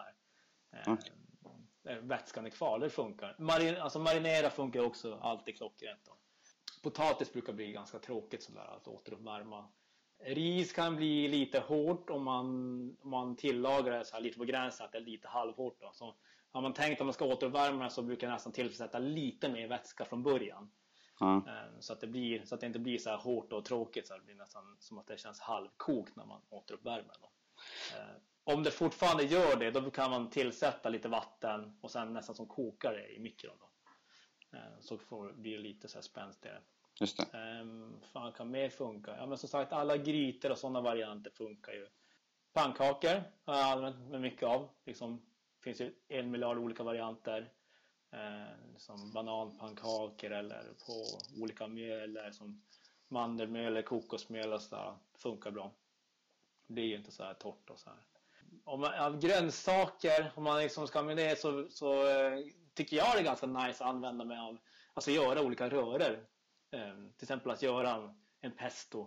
är vätskan är kvar. Det funkar. Marinera funkar också alltid klockrent då. Potatis brukar bli ganska tråkigt sådär att återuppvärma. Ris kan bli lite hårt om man tillagar det så här lite på gränsen, att det är lite halvhårt då. Så har man tänkt att man ska återuppvärma, så brukar jag nästan tillsätta lite mer vätska från början. Så att det inte blir så här hårt och tråkigt, så det blir nästan som att det känns halvkokt när man återuppvärmer då. Om det fortfarande gör det, då kan man tillsätta lite vatten och sen nästan som kokar det i mikron då. Så blir det lite så här spänstigare. Just det. Fan, kan mer funka? Ja, men som sagt, alla grytor och sådana varianter funkar ju. Pannkakor har jag använt med mycket av. Liksom, finns ju 1 miljard olika varianter. Som bananpannkakor eller på olika mjöl, som mandelmjöl eller kokosmjöl och sådär. Funkar bra. Det är ju inte så här torrt och så här. Av grönsaker, om man liksom ska med det, så tycker jag det är ganska nice att använda mig av, alltså göra olika röror. Till exempel att göra en pesto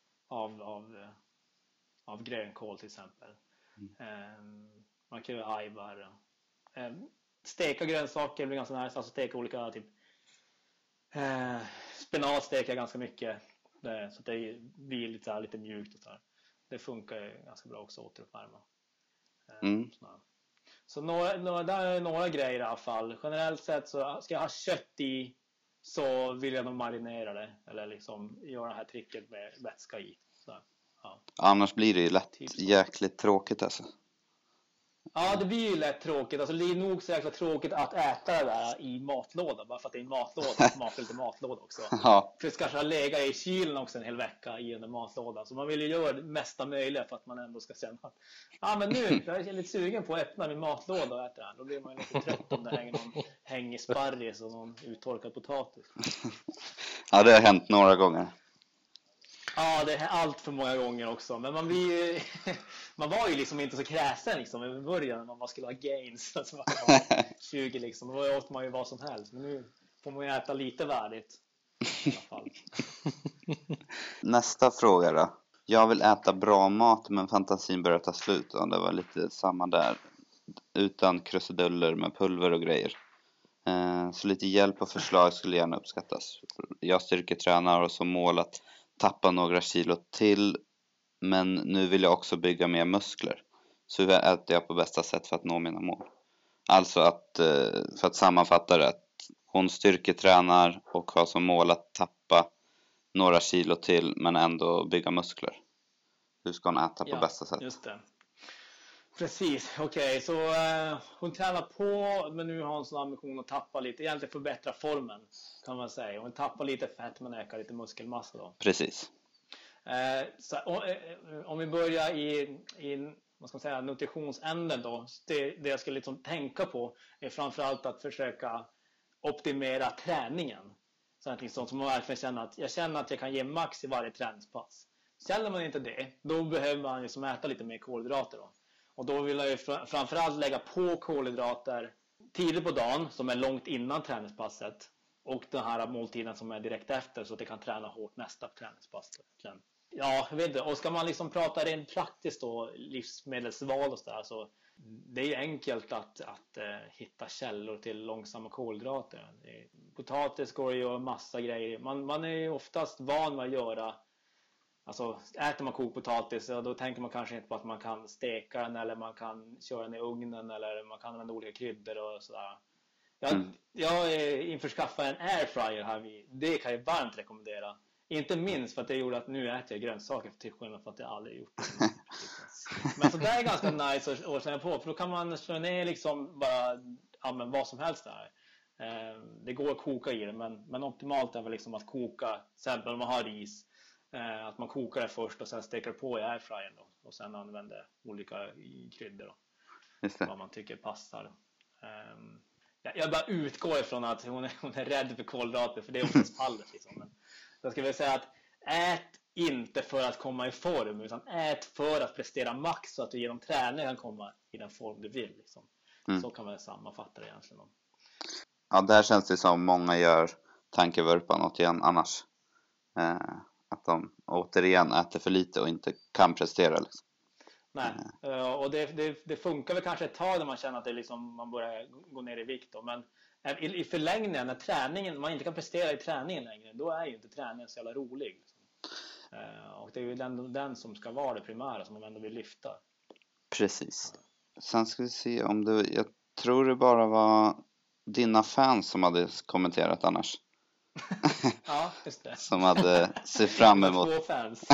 av grönkål till exempel. Man kan göra ajvar. Steka grönsaker blir ganska nice. Alltså steka olika typ spenat steker jag ganska mycket. Så att det blir lite mjukt och så här. Det funkar ju ganska bra också att återuppvärma. Så där är några grejer i alla fall. Generellt sett så ska jag ha kött i, så vill jag nog marinera det. Eller liksom göra det här tricket med vätska i. Så, ja. Annars blir det ju lätt jäkligt tråkigt alltså. Ja, det blir ju lätt tråkigt. Alltså, det är nog så jäkla tråkigt att äta det där i matlåda. Bara för att det är en matlåda. Smakar lite matlåda också. Ja. För det ska kanske legat i kylen också en hel vecka i en matlåda. Så man vill ju göra det mesta möjliga för att man ändå ska känna att men nu jag är lite sugen på att öppna min matlåda och äta den. Då blir man lite trött om det hänger någon hängig sparris och någon uttorkad potatis. Ja, det har hänt några gånger. Ja, det är allt för många gånger också. Men man blir ju, man var ju liksom inte så kräsen liksom i början när man skulle ha gains. Alltså man var 20 liksom. Då åt man ju vad som helst. Men nu får man ju äta lite värdigt i alla fall. Nästa fråga då. Jag vill äta bra mat, men fantasin börjar ta slut. Och det var lite samma där. Utan krusiduller med pulver och grejer. Så lite hjälp och förslag skulle gärna uppskattas. Jag styrketränar och som mål att tappa några kilo till, men nu vill jag också bygga mer muskler. så hur äter jag på bästa sätt för att nå mina mål? Alltså att, för att sammanfatta det, att hon styrketränar och har som mål att tappa några kilo till men ändå bygga muskler. Hur ska hon äta på bästa sätt? Just det. Precis, okej. Så hon tränar på, men nu har hon sån ambition att tappa lite, egentligen förbättra formen kan man säga. Hon tappar lite fett men ökar lite muskelmassa då. Precis. Om vi börjar i vad ska man säga, nutritionsänden då. Det jag skulle liksom tänka på är framförallt att försöka optimera träningen. Så som man verkligen känner att jag kan ge max i varje träningspass. Känner man inte det, då behöver man liksom äta lite mer kolhydrater då. Och då vill jag ju framförallt lägga på kolhydrater tidigt på dagen som är långt innan träningspasset. Och den här måltiden som är direkt efter så att jag kan träna hårt nästa träningspass. Ja, jag vet inte. Och ska man liksom prata rent praktiskt då, livsmedelsval och sådär, så det är ju enkelt att hitta källor till långsamma kolhydrater. Potatis går ju och massa grejer. Man är ju oftast van med att göra, alltså äter man kokpotatis, då tänker man kanske inte på att man kan steka den eller man kan köra den i ugnen eller man kan använda olika kryddor och sådär. Jag införskaffade en airfryer här. Det kan jag varmt rekommendera. Inte minst för att det gjorde att nu äter jag grönsaker till skillnad för att jag aldrig gjort det. Men så det är ganska nice att slänga på. För då kan man slå ner liksom bara vad som helst där. Det går att koka i det. Men optimalt är väl liksom att koka. Till exempel om man har ris. Att man kokar det först och sen steker på i airfryern då. Och sen använder olika kryddor då. Just det. Vad man tycker passar. Jag bara utgår ifrån att hon är rädd för kolhydrater. För det är oftast fallet liksom. Men jag skulle vilja säga att ät inte för att komma i form, utan ät för att prestera max så att du genom träning kan komma i den form du vill liksom. Så kan man sammanfatta det egentligen. Ja, där känns det som många gör tankevurpan åt igen annars. Att de återigen äter för lite och inte kan prestera liksom. Nej, och det funkar väl kanske ett tag när man känner att det liksom, man börjar gå ner i vikt då. Men i förlängningen, när träningen, man inte kan prestera i träningen längre, då är ju inte träningen så jävla rolig liksom. Och det är ju den som ska vara det primära som man ändå vill lyfta. Precis. Sen ska vi se om jag tror det bara var dina fans som hade kommenterat annars. Ja, just det. Som hade sett fram emot. 2 fans.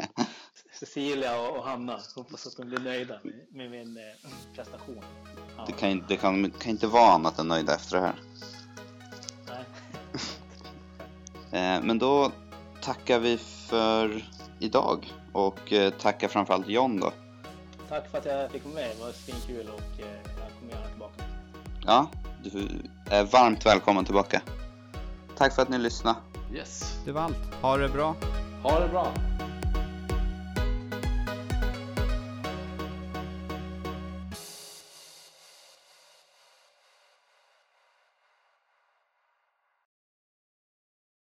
Cecilia och Hanna. Hoppas att de blir nöjda med min prestation. Ja. Det kan inte vara annat än nöjda efter det här. Nej. Men då tackar vi för idag. Och tackar framförallt John då. Tack för att jag fick vara med. Det var svinkul och jag kommer gärna tillbaka. Ja, du är varmt välkommen tillbaka. Tack för att ni lyssnade. Yes. Det var allt. Ha det bra. Ha det bra.